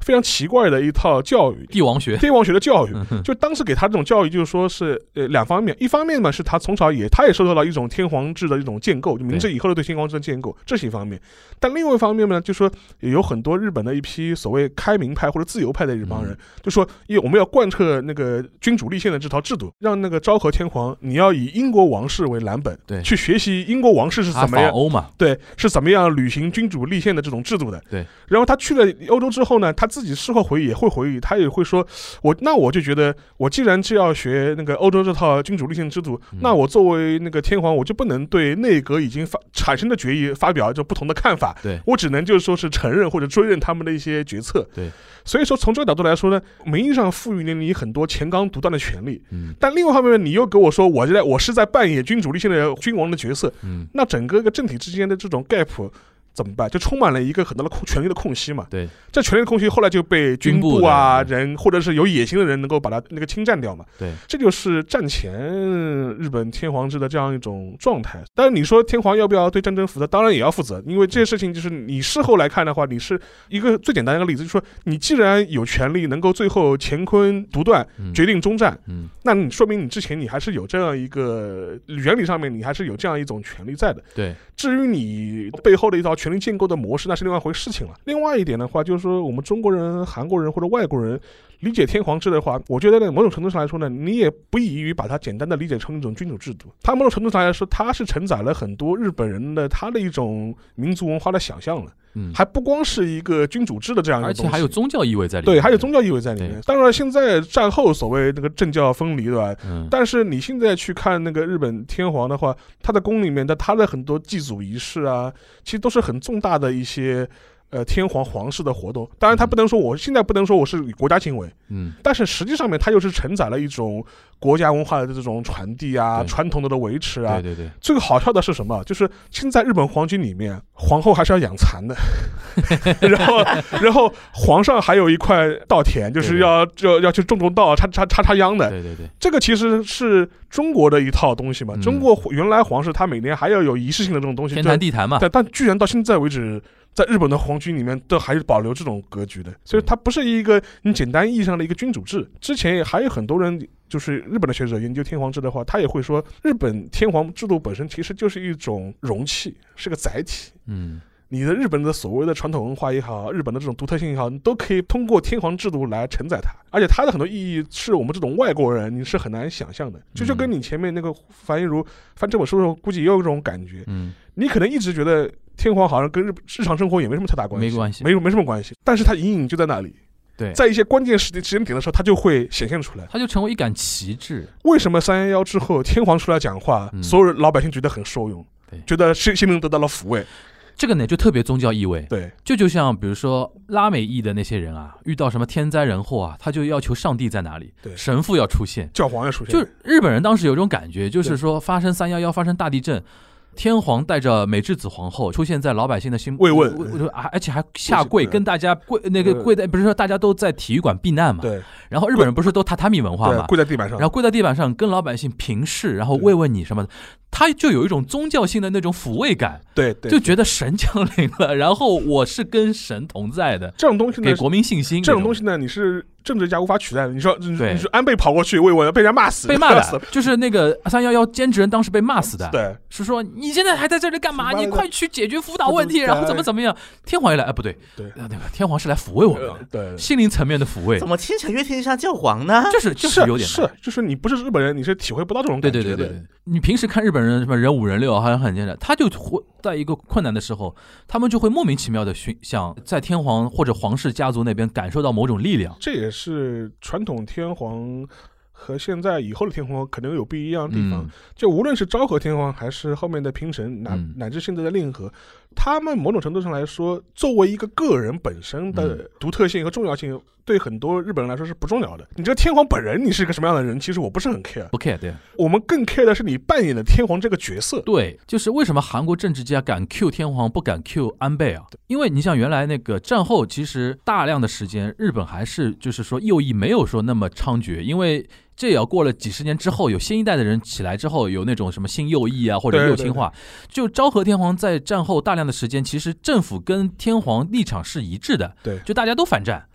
非常奇怪的一套教育， 帝王学的教育。就当时给他这种教育，就是说是两方面，一方面嘛是他从小他也受到了一种天皇制的一种建构，就明治以后的对天皇制的建构，这是一方面。但另外一方面呢，就说有很多日本的一批所谓开明派或者自由派的一帮人，就说我们要贯彻那个君主立宪的这套制度，让那个昭和天皇你要以英国王室为蓝本， 对， 去学习英国王室是怎么样对，是怎么样履行君主立宪的这种制度的。 对， 然后他去了欧洲之后呢，他自己事后回忆也会回忆，他也会说，我就觉得，我既然是要学那个欧洲这套君主立宪制度，那我作为那个天皇，我就不能对内阁已经产生的决议发表就不同的看法， 对， 我只能就是说是承认或者追认他们的一些决策。 对， 所以说从这个角度来说呢，名义上赋予了你很多前纲独断的权利，但另外一方面你又给我说我是在扮演君主立宪的君王的角色，那整个一个政体之间的这种 gap。怎么办？就充满了一个很大的权力的空隙嘛。 对， 这权力的空隙后来就被军部啊人或者是有野心的人能够把它那个侵占掉嘛。 对， 这就是战前日本天皇制的这样一种状态。但是你说天皇要不要对战争负责？当然也要负责，因为这些事情就是你事后来看的话，你是一个最简单的一个例子，就是说你既然有权利能够最后乾坤独断，决定终战，那你说明你之前你还是有这样一个原理上面你还是有这样一种权利在的。 对， 至于你背后的一套权力建构的模式，那是另外一回事情了。另外一点的话，就是说我们中国人、韩国人或者外国人理解天皇制的话，我觉得在某种程度上来说呢，你也不宜于把它简单的理解成一种君主制度。它某种程度上来说，它是承载了很多日本人的他的一种民族文化的想象了。还不光是一个君主制的这样一个东西， 而且还有宗教意味在里面。 对，还有宗教意味在里面。当然，现在战后所谓那个政教分离，对吧？但是你现在去看那个日本天皇的话，他的宫里面的他的很多祭祖仪式啊，其实都是很重大的一些天皇皇室的活动。当然，他不能说我现在不能说我是国家行为，但是实际上面它又是承载了一种国家文化的这种传递啊，传统的维持啊。 对。 最好笑的是什么？就是现在日本皇军里面，皇后还是要养蚕的，然后皇上还有一块稻田，就是要去种稻、插秧的。 对。 这个其实是中国的一套东西嘛。中国原来皇室他每年还要有仪式性的这种东西， 天坛地坛嘛。 但居然到现在为止，在日本的皇军里面都还是保留这种格局的，所以它不是一个你简单意义上的一个君主制。之前也还有很多人，就是日本的学者研究天皇制的话，他也会说，日本天皇制度本身其实就是一种容器，是个载体。你的日本的所谓的传统文化也好，日本的这种独特性也好，你都可以通过天皇制度来承载它，而且它的很多意义是我们这种外国人你是很难想象的。就跟你前面那个樊一茹翻这本书的时候，估计也有这种感觉。你可能一直觉得天皇好像跟日常生活也没什么太大关系，没什么关系，但是它隐隐就在那里。 对， 在一些关键时间点的时候，它就会显现出来， 它就成为一杆旗帜。 为什么311之后天皇出来讲话，所有老百姓觉得很受用，觉得心灵得到了抚慰？ 这个呢就特别宗教意味。 对， 就像比如说拉美裔的那些人啊，遇到什么天灾人祸啊，他就要求上帝在哪里，神父要出现， 教皇要出现。 就是日本人当时有种感觉，就是说发生311发生大地震，天皇带着美智子皇后出现在老百姓的心慰问， 而且还下跪跟大家跪在，不是说大家都在体育馆避难嘛？ 对。 然后日本人不是都榻榻米文化嘛？ 跪在地板上， 然后跪在地板上跟老百姓平视，然后慰问你什么的，他就有一种宗教性的那种抚慰感。 对， 就觉得神降临了，然后我是跟神同在的。 这种东西呢， 给国民信心。 这种东西呢，你是政治家无法取代的。你说安倍跑过去慰问，被人家骂死， 被骂的，就是那个311监制人当时被骂死的。 对， 是说你现在还在这里干嘛？你快去解决福岛问题，然后怎么样？天皇一来，不对，那个天皇是来抚慰我们， 对， 心灵层面的抚慰。 怎么听起来越听越像教皇呢？ 就是有点就是你不是日本人，你是体会不到这种感觉的。 对，你平时看日本人什么人5人6好像很简单，他就会在一个困难的时候，他们就会莫名其妙的想在天皇或者皇室家族那边感受到某种力量。 这也是传统天皇和现在以后的天皇可能有不一样的地方。就无论是昭和天皇还是后面的平成乃至现在的令和，他们某种程度上来说，作为一个个人本身的独特性和重要性，对很多日本人来说是不重要的。你这个天皇本人你是个什么样的人，其实我不是很 care， 不 care。对， 我们更 care 的是你扮演的天皇这个角色。 对，就是为什么韩国政治家敢 Q 天皇不敢 Q 安倍啊？因为你像原来那个战后，其实大量的时间日本还是就是说右翼没有说那么猖獗，因为这也要过了几十年之后，有新一代的人起来之后，有那种什么新右翼啊，或者右倾化。就昭和天皇在战后大量的时间，其实政府跟天皇立场是一致的， 对， 就大家都反战。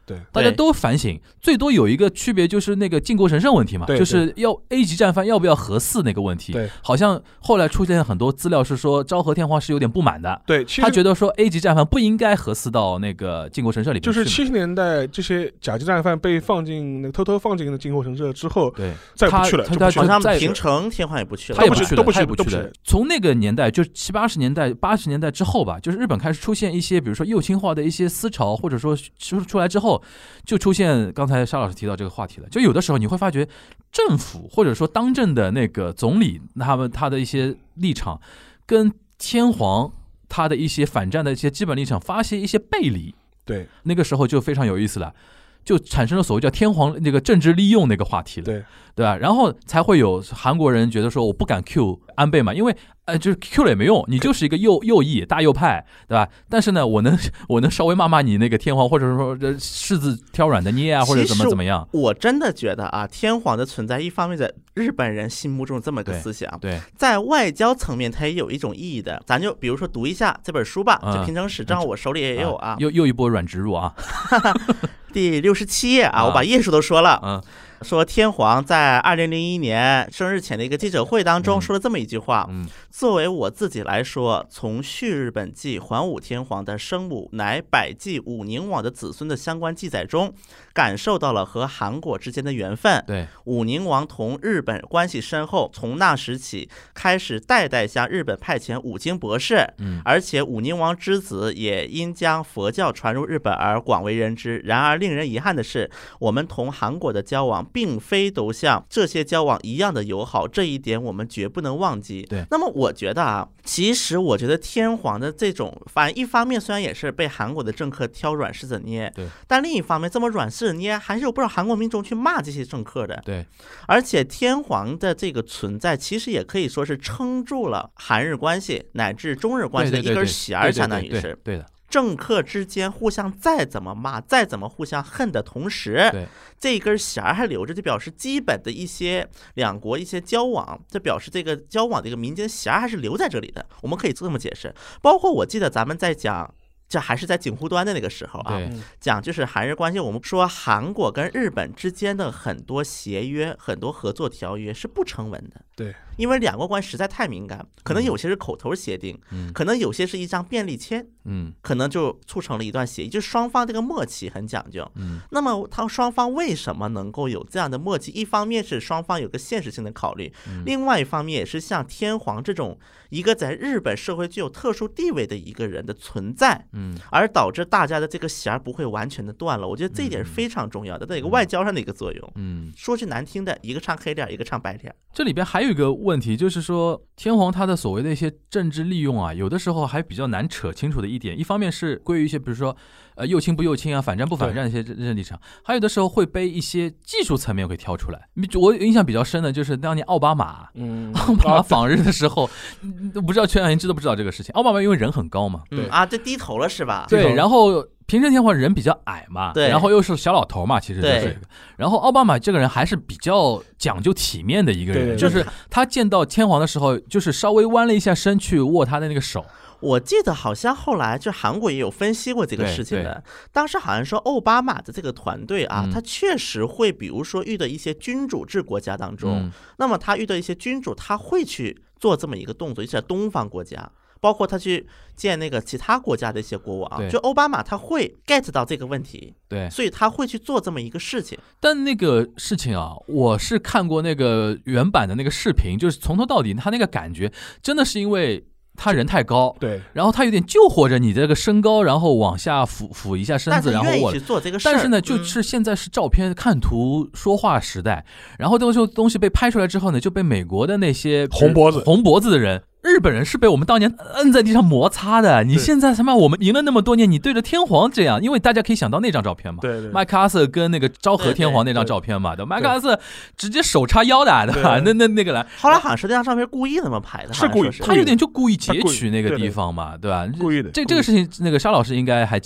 对， 大家都反省，最多有一个区别就是那个靖国神社问题嘛，就是要 A 级战犯要不要核4那个问题。 对， 好像后来出现很多资料是说昭和天皇是有点不满的， 对， 他觉得说 A 级战犯不应该核4到那个靖国神社里面去。 就是70年代这些甲级战犯被放进那个偷偷放进了靖国神社之后， 对， 再不去了， 好像平城天皇也不去了， 他也不去了， 都不去了。从那个年代，就70、80年代、80年代之后吧，就是日本开始出现一些，比如说右倾化的一些思潮，或者说出来之后，就出现刚才沙老师提到这个话题了。就有的时候你会发觉，政府或者说当政的那个总理，他的一些立场，跟天皇他的一些反战的一些基本立场发现一些背离。 对， 那个时候就非常有意思了。就产生了所谓叫天皇那个政治利用那个话题了，对吧？然后才会有韩国人觉得说我不敢 Q 安倍嘛，因为就是 Q 了也没用，你就是一个右翼大右派，对吧？但是呢，我能稍微骂你那个天皇，或者说柿子挑软的捏啊，或者怎么样。 我真的觉得啊，天皇的存在，一方面在日本人心目中这么个思想， 对， 在外交层面它也有一种意义的。咱就比如说读一下这本书吧，这平城史正好我手里也有啊， 又一波软植入啊。 第67页啊，我把页数都说了。说天皇在2001年生日前的一个记者会当中说了这么一句话，作为我自己来说，从续日本纪桓武天皇的生母乃百济武宁王的子孙的相关记载中，感受到了和韩国之间的缘分。 对， 武宁王同日本关系深厚，从那时起开始代代向日本派遣武经博士，而且武宁王之子也因将佛教传入日本而广为人知。然而令人遗憾的是，我们同韩国的交往并非都像这些交往一样的友好，这一点我们绝不能忘记。 对， 那么我觉得啊，其实我觉得天皇的这种，反正一方面虽然也是被韩国的政客挑软柿子捏， 对， 但另一方面这么软柿子捏，还是有不少韩国民众去骂这些政客的。 对， 而且天皇的这个存在，其实也可以说是撑住了韩日关系乃至中日关系的一根弦儿，相当于是。 对的。 政客之间互相再怎么骂，再怎么互相恨的同时，这一根弦还留着，就表示基本的一些两国一些交往，这表示这个交往的一个民间弦还是留在这里的。我们可以这么解释。包括我记得咱们在讲，这还是在景户端的那个时候啊，讲就是韩日关系，我们说韩国跟日本之间的很多协约、很多合作条约是不成文的。 对， 因为两国关系实在太敏感，可能有些是口头协定，可能有些是一张便利签，可能就促成了一段协议，就是双方这个默契很讲究。那么他双方为什么能够有这样的默契？一方面是双方有个现实性的考虑，另外一方面也是像天皇这种一个在日本社会具有特殊地位的一个人的存在，而导致大家的这个弦不会完全的断了。我觉得这一点是非常重要的，在一个外交上的一个作用。说句难听的，一个唱黑脸，一个唱白脸。 这里边还有一个问题，就是说天皇他的所谓的一些政治利用啊，有的时候还比较难扯清楚的一点，一方面是归于一些比如说右倾不右倾啊，反战不反战一些政治立场，还有的时候会被一些技术层面会挑出来。我印象比较深的就是当年奥巴马，奥巴马访日的时候，不知道全员知不知道这个事情？奥巴马因为人很高嘛， 这低头了是吧？ 对，然后平成天皇人比较矮嘛， 对， 然后又是小老头嘛，其实就是这个。然后奥巴马这个人还是比较讲究体面的一个人，就是他见到天皇的时候，就是稍微弯了一下身去握他的那个手。 我记得好像后来就韩国也有分析过这个事情的，当时好像说奥巴马的这个团队啊，他确实会比如说遇到一些君主制国家当中，那么他遇到一些君主，他会去做这么一个动作，尤其在东方国家。包括他去见那个其他国家的一些国王，就奥巴马他会 get 到这个问题， 对， 所以他会去做这么一个事情。 但那个事情啊，我是看过那个原版的那个视频，就是从头到底他那个感觉真的是因为他人太高， 对， 然后他有点救活着你这个身高，然后往下俯一下身子，然后我去做这个事。 但是呢，就是现在是照片看图说话时代，然后这个东西被拍出来之后呢，就被美国的那些红脖子的人。日本人是被我们当年摁在地上摩擦的，你现在他妈我们赢了那么多年，你对着天皇这样，因为大家可以想到那张照片嘛， 对， 麦克阿瑟跟那个昭和天皇那张照片嘛，对，麦克阿瑟直接手叉腰的，对吧？那个来， 后来好像是那张照片故意那么拍的， 是故意， 他有点就故意截取那个地方嘛，对吧？ 故意的。 这个事情，那个沙老师应该还记得吧？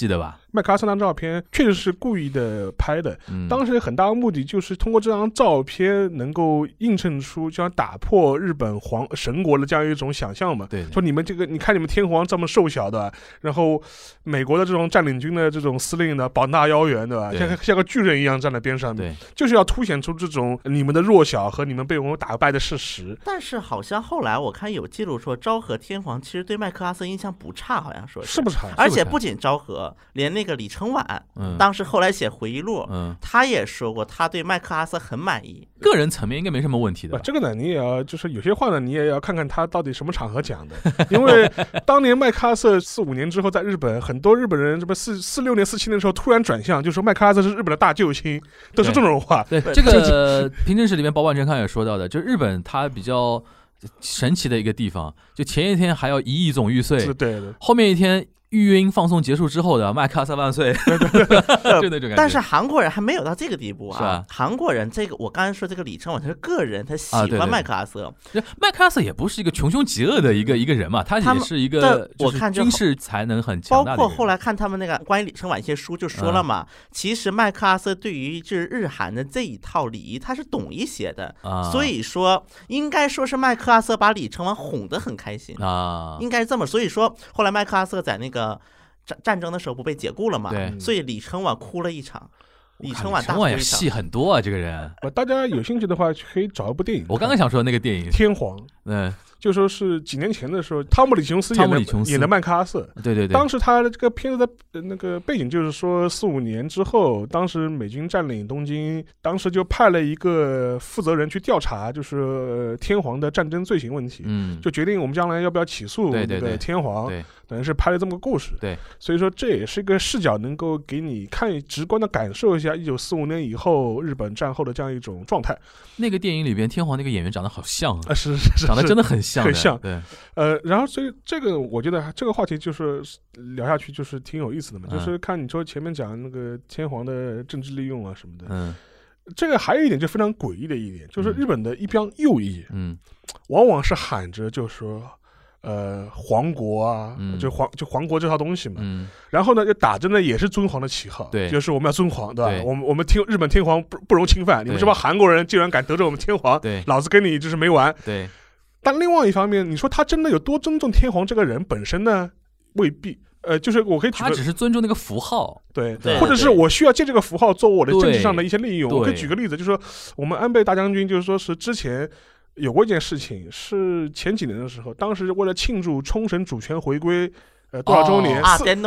麦克阿瑟那张照片确实是故意的拍的，当时很大的目的就是通过这张照片能够映衬出，就要打破日本神国的这样一种想象嘛。 对， 说你们这个，你看你们天皇这么瘦小的，然后美国的这种占领军的这种司令呢，膀大腰圆的，像个巨人一样站在边上面，就是要凸显出这种你们的弱小和你们被我们打败的事实。 但是好像后来我看有记录说，昭和天皇其实对麦克阿瑟印象不差，好像说是不差。 而且不仅昭和，连那个李承晚，当时后来写回忆录，他也说过他对麦克阿瑟很满意。 个人层面应该没什么问题的。 这个呢，你也要就是有些话呢，你也要看看他到底什么场合讲的。因为当年麦克阿瑟4-5年之后在日本，很多日本人什么46年、47年的时候突然转向，就说麦克阿瑟是日本的大救星，都是这种话。 对，这个平成史里面保坂正康也说到的，就日本它比较神奇的一个地方，就前一天还要1亿总玉碎， 对， 后面一天育婴放送结束之后的麦克阿瑟万岁，就那种感觉。 但是韩国人还没有到这个地步啊！ 是吧？ 韩国人这个，我刚才说这个李承晚他是个人，他喜欢麦克阿瑟。 麦克阿瑟也不是一个穷凶极恶的一个人嘛，他也是一个我看军事才能很强大的。 包括后来看他们那个关于李承晚一些书就说了嘛，其实麦克阿瑟对于就是日韩的这一套礼仪他是懂一些的，所以说应该说是麦克阿瑟把李承晚哄得很开心啊，应该是这么。所以说后来麦克阿瑟在那个战争的时候不被解雇了嘛？对，所以李承晚哭了一场。李承晚也戏很多啊，这个人。 大家有兴趣的话，可以找一部电影。 我刚刚想说那个电影《 天皇》。就说是几年前的时候，汤姆李琼斯演的麦克阿瑟。 对。 当时他的这个片子的那个背景就是说4-5年之后，当时美军占领东京，当时就派了一个负责人去调查，就是天皇的战争罪行问题。就决定我们将来要不要起诉那个天皇。对，等于是拍了这么个故事。 对， 所以说这也是一个视角，能够给你直观的感受一下1945年以后日本战后的这样一种状态。 那个电影里边，天皇那个演员长得好像啊， 是长得真的很像。 很像， 对， 然后所以这个我觉得这个话题就是聊下去就是挺有意思的嘛，就是看你说前面讲那个天皇的政治利用啊什么的，这个还有一点就非常诡异的一点，就是日本的一帮右翼，往往是喊着就说皇国啊，就皇国这套东西嘛，然后呢就打着呢也是尊皇的旗号， 对， 就是我们要尊皇，对吧？我们日本天皇不容侵犯，你们这帮韩国人竟然敢得罪我们天皇， 对， 老子跟你就是没完， 对。 但另外一方面，你说他真的有多尊重天皇这个人本身呢？未必。就是我可以举个， 他只是尊重那个符号， 对，或者是我需要借这个符号做我的政治上的一些利用。我可以举个例子，就是说我们安倍大将军，就是说是之前有过一件事情，是前几年的时候，当时为了庆祝冲绳主权回归。多少周年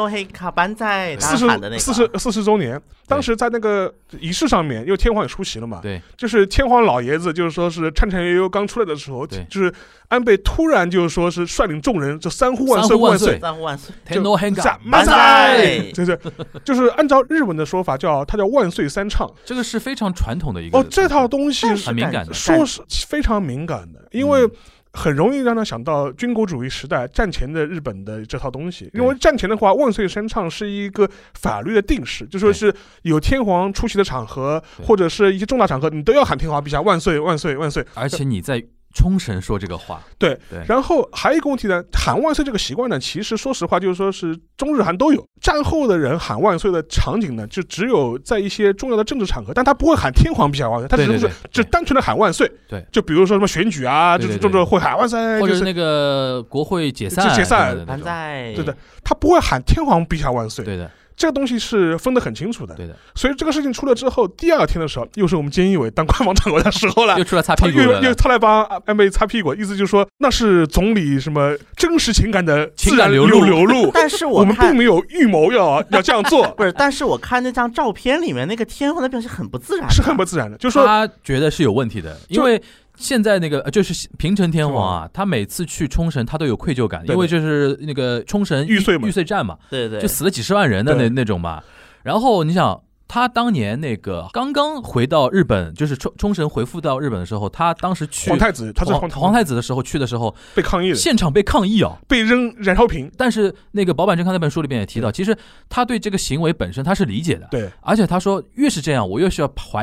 ？40周年。当时在那个仪式上面，因为天皇也出席了嘛， 对， 就是天皇老爷子，就是说是颤颤悠悠刚出来的时候，就是安倍突然就是说是率领众人就三呼万岁万岁， 三呼万岁， 万岁，就是按照日文的说法他叫万岁三唱， 这个是非常传统的一个这套东西很敏感的， 说是非常敏感的，因为。很容易让他想到军国主义时代战前的日本的这套东西，因为战前的话，万岁三唱是一个法律的定式，就说是有天皇出席的场合或者是一些重大场合，你都要喊天皇陛下万岁万岁万岁， 而且你在冲绳说这个话， 对。然后还有一个问题呢，喊万岁这个习惯呢，其实说实话就是说是中日韩都有。战后的人喊万岁的场景呢，就只有在一些重要的政治场合，但他不会喊天皇陛下万岁，他只单纯的喊万岁。 对， 就比如说什么选举啊，就是这种会喊万岁， 或者是那个国会解散， 对的，他不会喊天皇陛下万岁。 对的。 这个东西是分得很清楚的， 对的。 所以这个事情出了之后，第二天的时候，又是我们菅义伟当官方长官的时候了， 又出来擦屁股了， 又他来帮安倍擦屁股，意思就是说那是总理什么真实情感的自然流露。 但是我们并没有预谋要这样做， 不是。但是我看那张照片里面那个天皇的表现很不自然， 是很不自然的，就是说他觉得是有问题的，因为。现在那个就是平成天皇啊，他每次去冲绳，他都有愧疚感，因为就是那个冲绳玉碎战嘛， 对， 就死了几十万人的那种嘛。然后你想，他当年那个刚刚回到日本，就是冲绳回复到日本的时候，他当时去皇太子，他是皇太子的时候去的时候被抗议了， 现场被抗议啊， 被扔燃烧瓶。 但是那个保坂正康那本书里边也提到，其实他对这个行为本身他是理解的， 对， 而且他说越是这样，我越是要怀着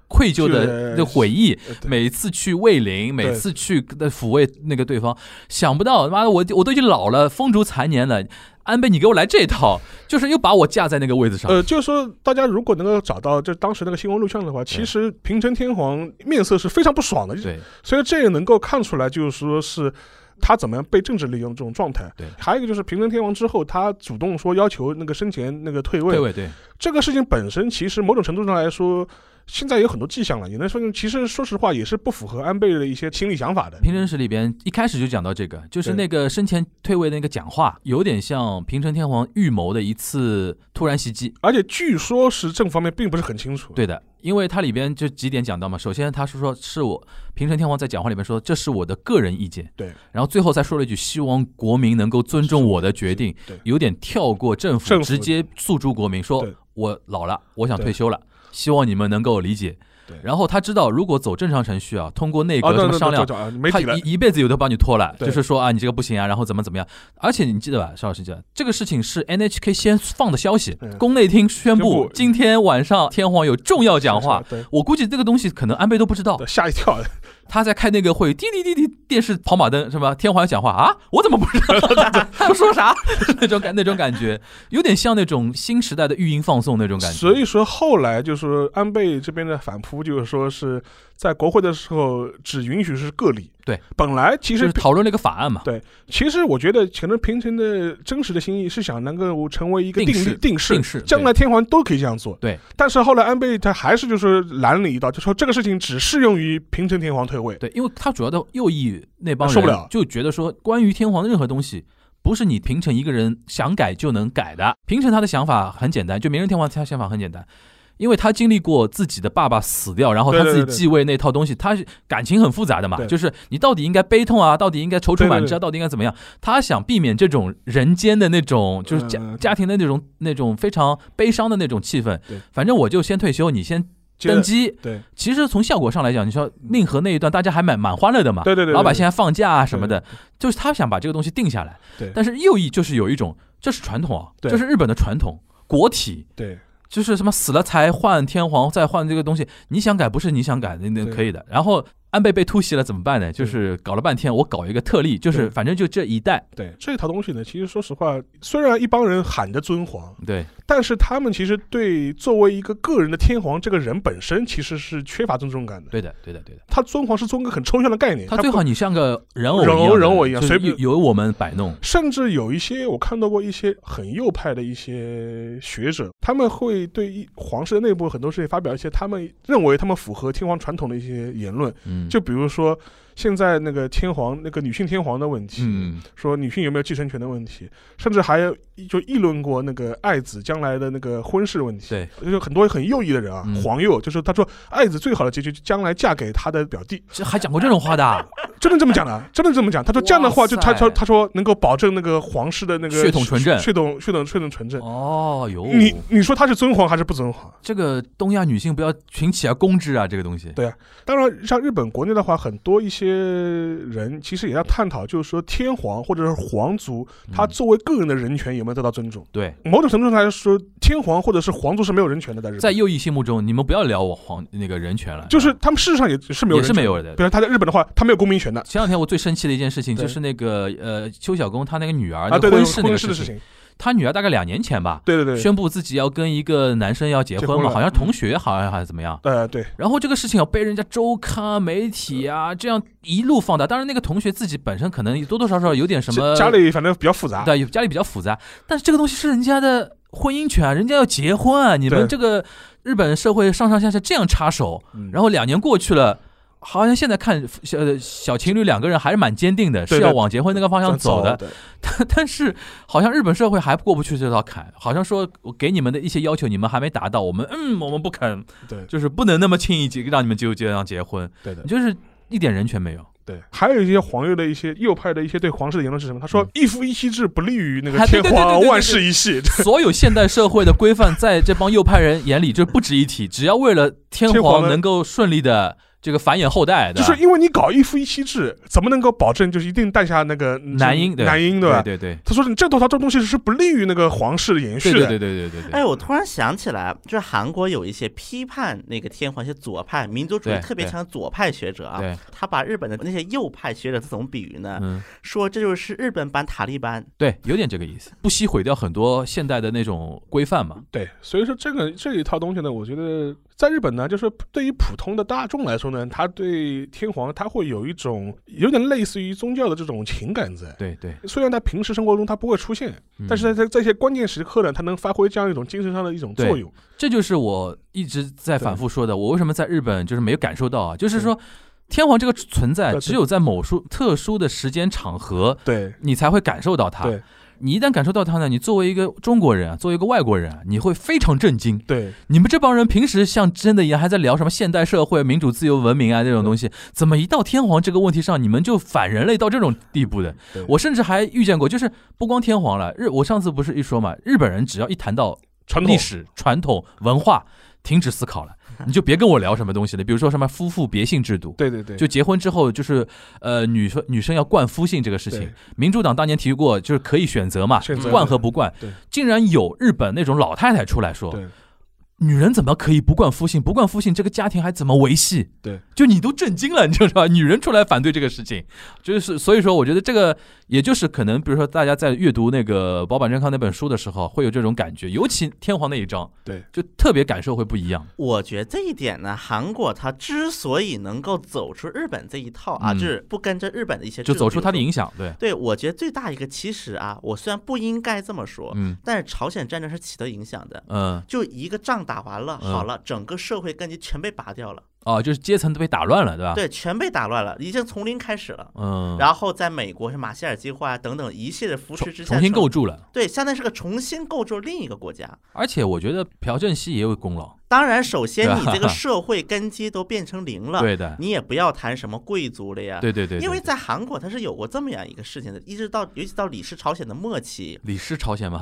愧疚的悔意，每次去慰灵，每次去抚慰那个对方，想不到妈的我都已经老了，风烛残年了，安倍你给我来这一套，就是又把我架在那个位置上。 就是说大家如果能够找到就当时那个新闻录像的话，其实平成天皇面色是非常不爽的， 对， 所以这也能够看出来，就是说是他怎么样被政治利用这种状态。 对， 还有一个就是平成天皇之后，他主动说要求那个生前那个退位， 对， 这个事情本身其实某种程度上来说，现在有很多迹象了，也能说其实说实话也是不符合安倍的一些心理想法的。 平成史里边一开始就讲到这个，就是那个生前退位的那个讲话，有点像平成天皇预谋的一次突然袭击， 而且据说是政府方面并不是很清楚。 对的，因为它里边就几点讲到嘛，首先他说是我平成天皇在讲话里面说这是我的个人意见， 对， 然后最后再说了一句希望国民能够尊重我的决定，有点跳过政府直接诉诸国民说我老了，我想退休了，希望你们能够理解。然后他知道，如果走正常程序啊，通过内阁什么商量，他一辈子有的把你拖了，就是说啊，你这个不行啊，然后怎么样。而且你记得吧，邵老师记得，这个事情是 NHK 先放的消息，宫内厅宣布今天晚上天皇有重要讲话。我估计这个东西可能安倍都不知道， 吓一跳。 他在开那个会，滴滴滴滴，电视跑马灯是吧？天皇要讲话啊，我怎么不知道？他说啥？那种感觉，有点像那种新时代的育婴放送那种感觉。 所以说后来就是安倍这边的反扑，就是说是在国会的时候只允许是个例。 对， 本来其实就是讨论了一个法案嘛。 对，其实我觉得可能平成的真实的心意是想能够成为一个定式，将来天皇都可以这样做。 对， 但是后来安倍他还是就是拦了一刀，就说这个事情只适用于平成天皇退位。 对，因为他主要的右翼那帮人受不了，就觉得说关于天皇的任何东西，不是你平成一个人想改就能改的。平成他的想法很简单，就明仁天皇他想法很简单。因为他经历过自己的爸爸死掉，然后他自己继位那套东西，他感情很复杂的嘛，就是你到底应该悲痛啊，到底应该踌躇满志啊，到底应该怎么样？他想避免这种人间的那种，就是家庭的那种非常悲伤的那种气氛。反正我就先退休，你先登基。 对， 其实从效果上来讲，你说令和那一段大家还蛮欢乐的嘛， 对， 老百姓还放假啊什么的，就是他想把这个东西定下来。 对， 但是右翼就是有一种，这是传统啊，这是日本的传统国体。 对。 就是什么死了才换天皇，再换这个东西，你想改不是你想改，那可以的。然后安倍被突袭了怎么办呢？就是搞了半天，我搞一个特例，就是反正就这一代。 对，这套东西呢，其实说实话，虽然一帮人喊着尊皇， 对， 但是他们其实对作为一个个人的天皇这个人本身，其实是缺乏尊重感的。 对的。 他尊皇是尊个很抽象的概念， 他最好你像个人偶一样， 随由我们摆弄。 甚至有一些我看到过一些很右派的一些学者，他们会对皇室的内部很多事情发表一些他们认为他们符合天皇传统的一些言论。就比如说现在那个天皇那个女性天皇的问题，说女性有没有继承权的问题，甚至还有就议论过那个爱子将来的那个婚事问题。 对， 就很多很右翼的人啊，皇右，就是他说爱子最好的结局将来嫁给他的表弟。 这还讲过这种话的？ 真的这么讲的，真的这么讲。他说这样的话，就他说能够保证那个皇室的那个血统纯正， 血统纯正。 哦哟， 你说他是尊皇还是不尊皇？ 这个东亚女性不要群起而攻之啊，这个东西。 对啊，当然像日本国内的话，很多一些人其实也要探讨，就是说天皇或者是皇族，他作为个人的人权有没有得到尊重？ 对， 某种程度上来说，天皇或者是皇族是没有人权的，在日本。 在右翼心目中，你们不要聊我那个人权了， 就是他们事实上也是没有人权， 也是没有的。 比如他在日本的话，他没有公民权的。 前两天我最生气的一件事情就是那个邱小公他那个女儿那个婚事那个事情。他女儿大概2年前吧， 对， 宣布自己要跟一个男生要结婚嘛，好像同学，好像还是怎么样。 对。 然后这个事情被人家周刊媒体啊这样一路放大。当然那个同学自己本身可能多多少少有点什么， 家里反正比较复杂。 对，家里比较复杂。但是这个东西是人家的婚姻权，人家要结婚啊，你们这个日本社会上上下下这样插手，然后2年过去了。好像现在看小情侣2个人还是蛮坚定的，是要往结婚那个方向走的。但是好像日本社会还过不去这道坎，好像说我给你们的一些要求你们还没达到，我们不肯， 对， 就是不能那么轻易让你们就这样结婚， 对的， 就是一点人权没有。 对，还有一些皇右的一些右派的一些对皇室的言论是什么？他说一夫一妻制不利于那个天皇万世一系。 所有现代社会的规范，在这帮右派人眼里就不值一提，只要为了天皇能够顺利的这个繁衍后代， 就是因为你搞一夫一妻制，怎么能够保证就是一定带下那个男婴，对吧？ 对。 他说你这东西是不利于那个皇室延续的。 对。 哎，我突然想起来，就是韩国有一些批判那个天皇一些左派民族主义特别强的左派学者啊，他把日本的那些右派学者是怎么比喻呢？说这就是日本版塔利班。 对，有点这个意思，不惜毁掉很多现代的那种规范嘛。 对，所以说这一套东西呢，我觉得在日本呢，就是对于普通的大众来说呢，他对天皇他会有一种有点类似于宗教的这种情感在。 对， 虽然在平时生活中他不会出现，但是在这些关键时刻呢，他能发挥这样一种精神上的一种作用。 这就是我一直在反复说的，我为什么在日本就是没有感受到啊，就是说天皇这个存在只有在某特殊的时间场合， 对， 你才会感受到它。对，你一旦感受到它呢，你作为一个中国人啊，作为一个外国人啊，你会非常震惊。 对， 你们这帮人平时像真的一样还在聊什么现代社会、民主、自由、文明啊这种东西，怎么一到天皇这个问题上，你们就反人类到这种地步的？我甚至还遇见过，就是不光天皇了，我上次不是一说嘛，日本人只要一谈到历史、传统、文化，停止思考了。你就别跟我聊什么东西了，比如说什么夫妇别姓制度， 对， 就结婚之后就是女生要冠夫姓这个事情，民主党当年提过，就是可以选择嘛，冠和不冠，竟然有日本那种老太太出来说，女人怎么可以不冠夫姓？不冠夫姓，这个家庭还怎么维系？ 对， 就你都震惊了，你知道吧？女人出来反对这个事情，就是所以说，我觉得这个也就是可能，比如说大家在阅读那个保坂正康那本书的时候，会有这种感觉，尤其天皇那一章， 对， 就特别感受会不一样。 我觉得这一点呢，韩国它之所以能够走出日本这一套啊，就是不跟着日本的一些制度， 就走出它的影响。 对，我觉得最大一个其实啊，我虽然不应该这么说，但是朝鲜战争是起到影响的。就一个仗打完了，好了。整个社会根基全被拔掉了。 就是阶层都被打乱了，对吧？ 对，全被打乱了，已经从零开始了。然后在美国是马歇尔计划等等一系列扶持之下， 重新构筑了。 对，相当于是个重新构筑另一个国家。 而且我觉得朴正熙也有功劳。 当然，首先你这个社会根基都变成零了， 对的， 你也不要谈什么贵族了呀。 对， 因为在韩国它是有过这么样一个事情的，一直到尤其到李氏朝鲜的末期。 李氏朝鲜吗？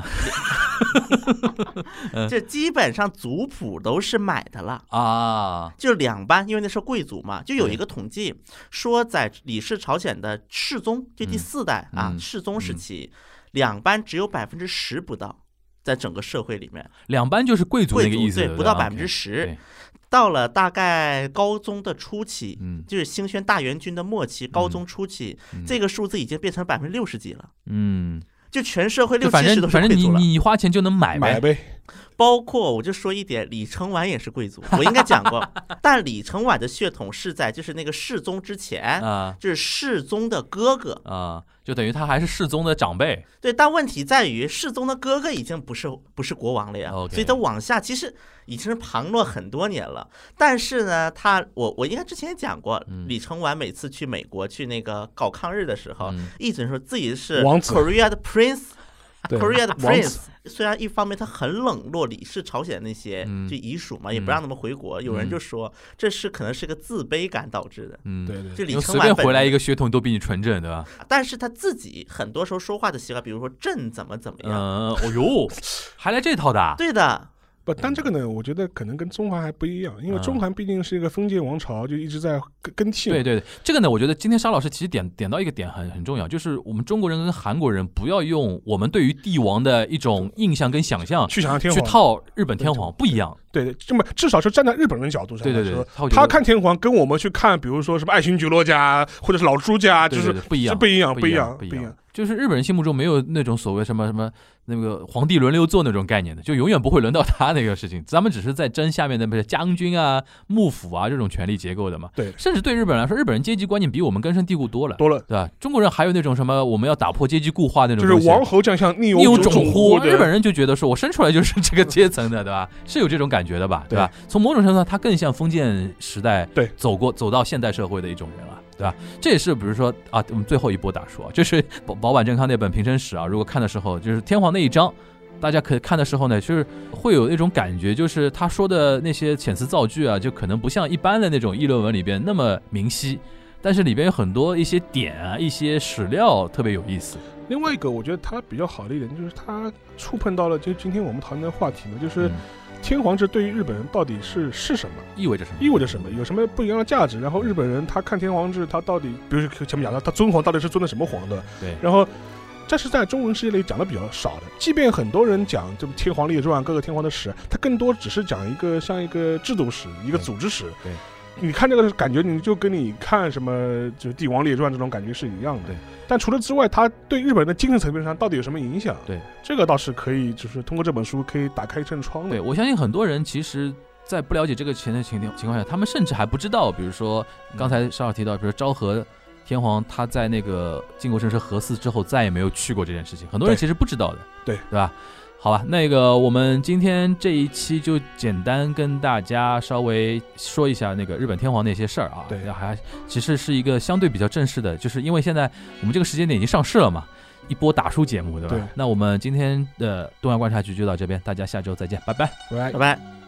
这基本上族谱都是买的了啊， 就两班，因为那是贵族嘛，就有一个统计说，在李氏朝鲜的世宗，就第4代世宗时期，两班只有10%不到。在整个社会里面， 两班就是贵族那个意思， 对，不到10%。到了大概高宗的初期，就是兴宣大元军的末期，高宗初期，这个数字已经变成60%几了。就全社会60-70%都是贵族了。 反正你花钱就能买呗。 包括我就说一点，李承晚也是贵族，我应该讲过。但李承晚的血统是在就是那个世宗之前就是世宗的哥哥就等于他还是世宗的长辈。 对，但问题在于世宗的哥哥已经不是国王了呀，所以他往下其实已经是旁落很多年了。但是呢，我应该之前也讲过，李承晚每次去美国去那个搞抗日的时候，一直说自己是 Korea 的 Prince。Korea 的 Prince， 虽然一方面他很冷落李氏朝鲜那些就遗属嘛，也不让他们回国。有人就说这是可能是个自卑感导致的。 对， 就李承晚随便回来一个血统都比你纯正，对吧？ 但是他自己很多时候说话的习惯，比如说朕怎么样， 还来这套的？ 对的。 不，但这个呢，我觉得可能跟中韩还不一样，因为中韩毕竟是一个封建王朝，就一直在更替。 对，这个呢，我觉得今天沙老师其实点到一个点很重要，就是我们中国人跟韩国人不要用我们对于帝王的一种印象跟想象去想象天皇， 去套日本天皇不一样。 对，这么至少是站在日本人角度上来说， 对， 他看天皇跟我们去看，比如说什么爱新觉罗家或者是老朱家，就是不一样， 不一样。 就是日本人心目中没有那种所谓什么那个皇帝轮流做那种概念的，就永远不会轮到他那个事情。咱们只是在争下面的将军啊、幕府啊这种权力结构的嘛。 对， 甚至对日本人来说，日本人阶级观念比我们根深蒂固多了，对吧？中国人还有那种什么我们要打破阶级固化那种东西， 就是王侯将相宁有种乎。 日本人就觉得说我生出来就是这个阶层的，对吧？是有这种感觉的吧？对吧？从某种程度上，他更像封建时代走到现代社会的一种人了。对吧？这也是比如说我们最后一波打说，就是保坂正康那本平成史如果看的时候，就是天皇那一章，大家可以看的时候呢，就是会有那种感觉，就是他说的那些遣词造句就可能不像一般的那种议论文里边那么明晰，但是里边有很多一些点一些史料特别有意思。 另外一个我觉得他比较好的一点就是他触碰到了就今天我们讨论的话题呢，就是天皇制对于日本人到底是什么， 意味着什么， 有什么不一样的价值？然后日本人他看天皇制，他到底，比如说前面讲的，他尊皇到底是尊的什么皇的？ 对， 然后这是在中文世界里讲的比较少的。即便很多人讲这天皇列传、各个天皇的史，他更多只是讲一个像一个制度史、一个组织史。 对。 你看这个感觉，你就跟你看什么就是帝王列传这种感觉是一样的。 对。 但除了之外，它对日本人的精神层面上到底有什么影响？ 对， 这个倒是可以，就是通过这本书可以打开一扇窗的。 对，我相信很多人其实在不了解这个情况下，他们甚至还不知道，比如说刚才邵老提到，比如昭和天皇他在那个靖国神社核四之后再也没有去过这件事情，很多人其实不知道的。 对吧？好吧，那个我们今天这一期就简单跟大家稍微说一下那个日本天皇那些事儿啊。 对， 还其实是一个相对比较正式的，就是因为现在我们这个时间点已经上市了嘛，一波打书节目，对吧？ 对。 那我们今天的东亚观察局就到这边，大家下周再见，拜拜， 拜拜拜。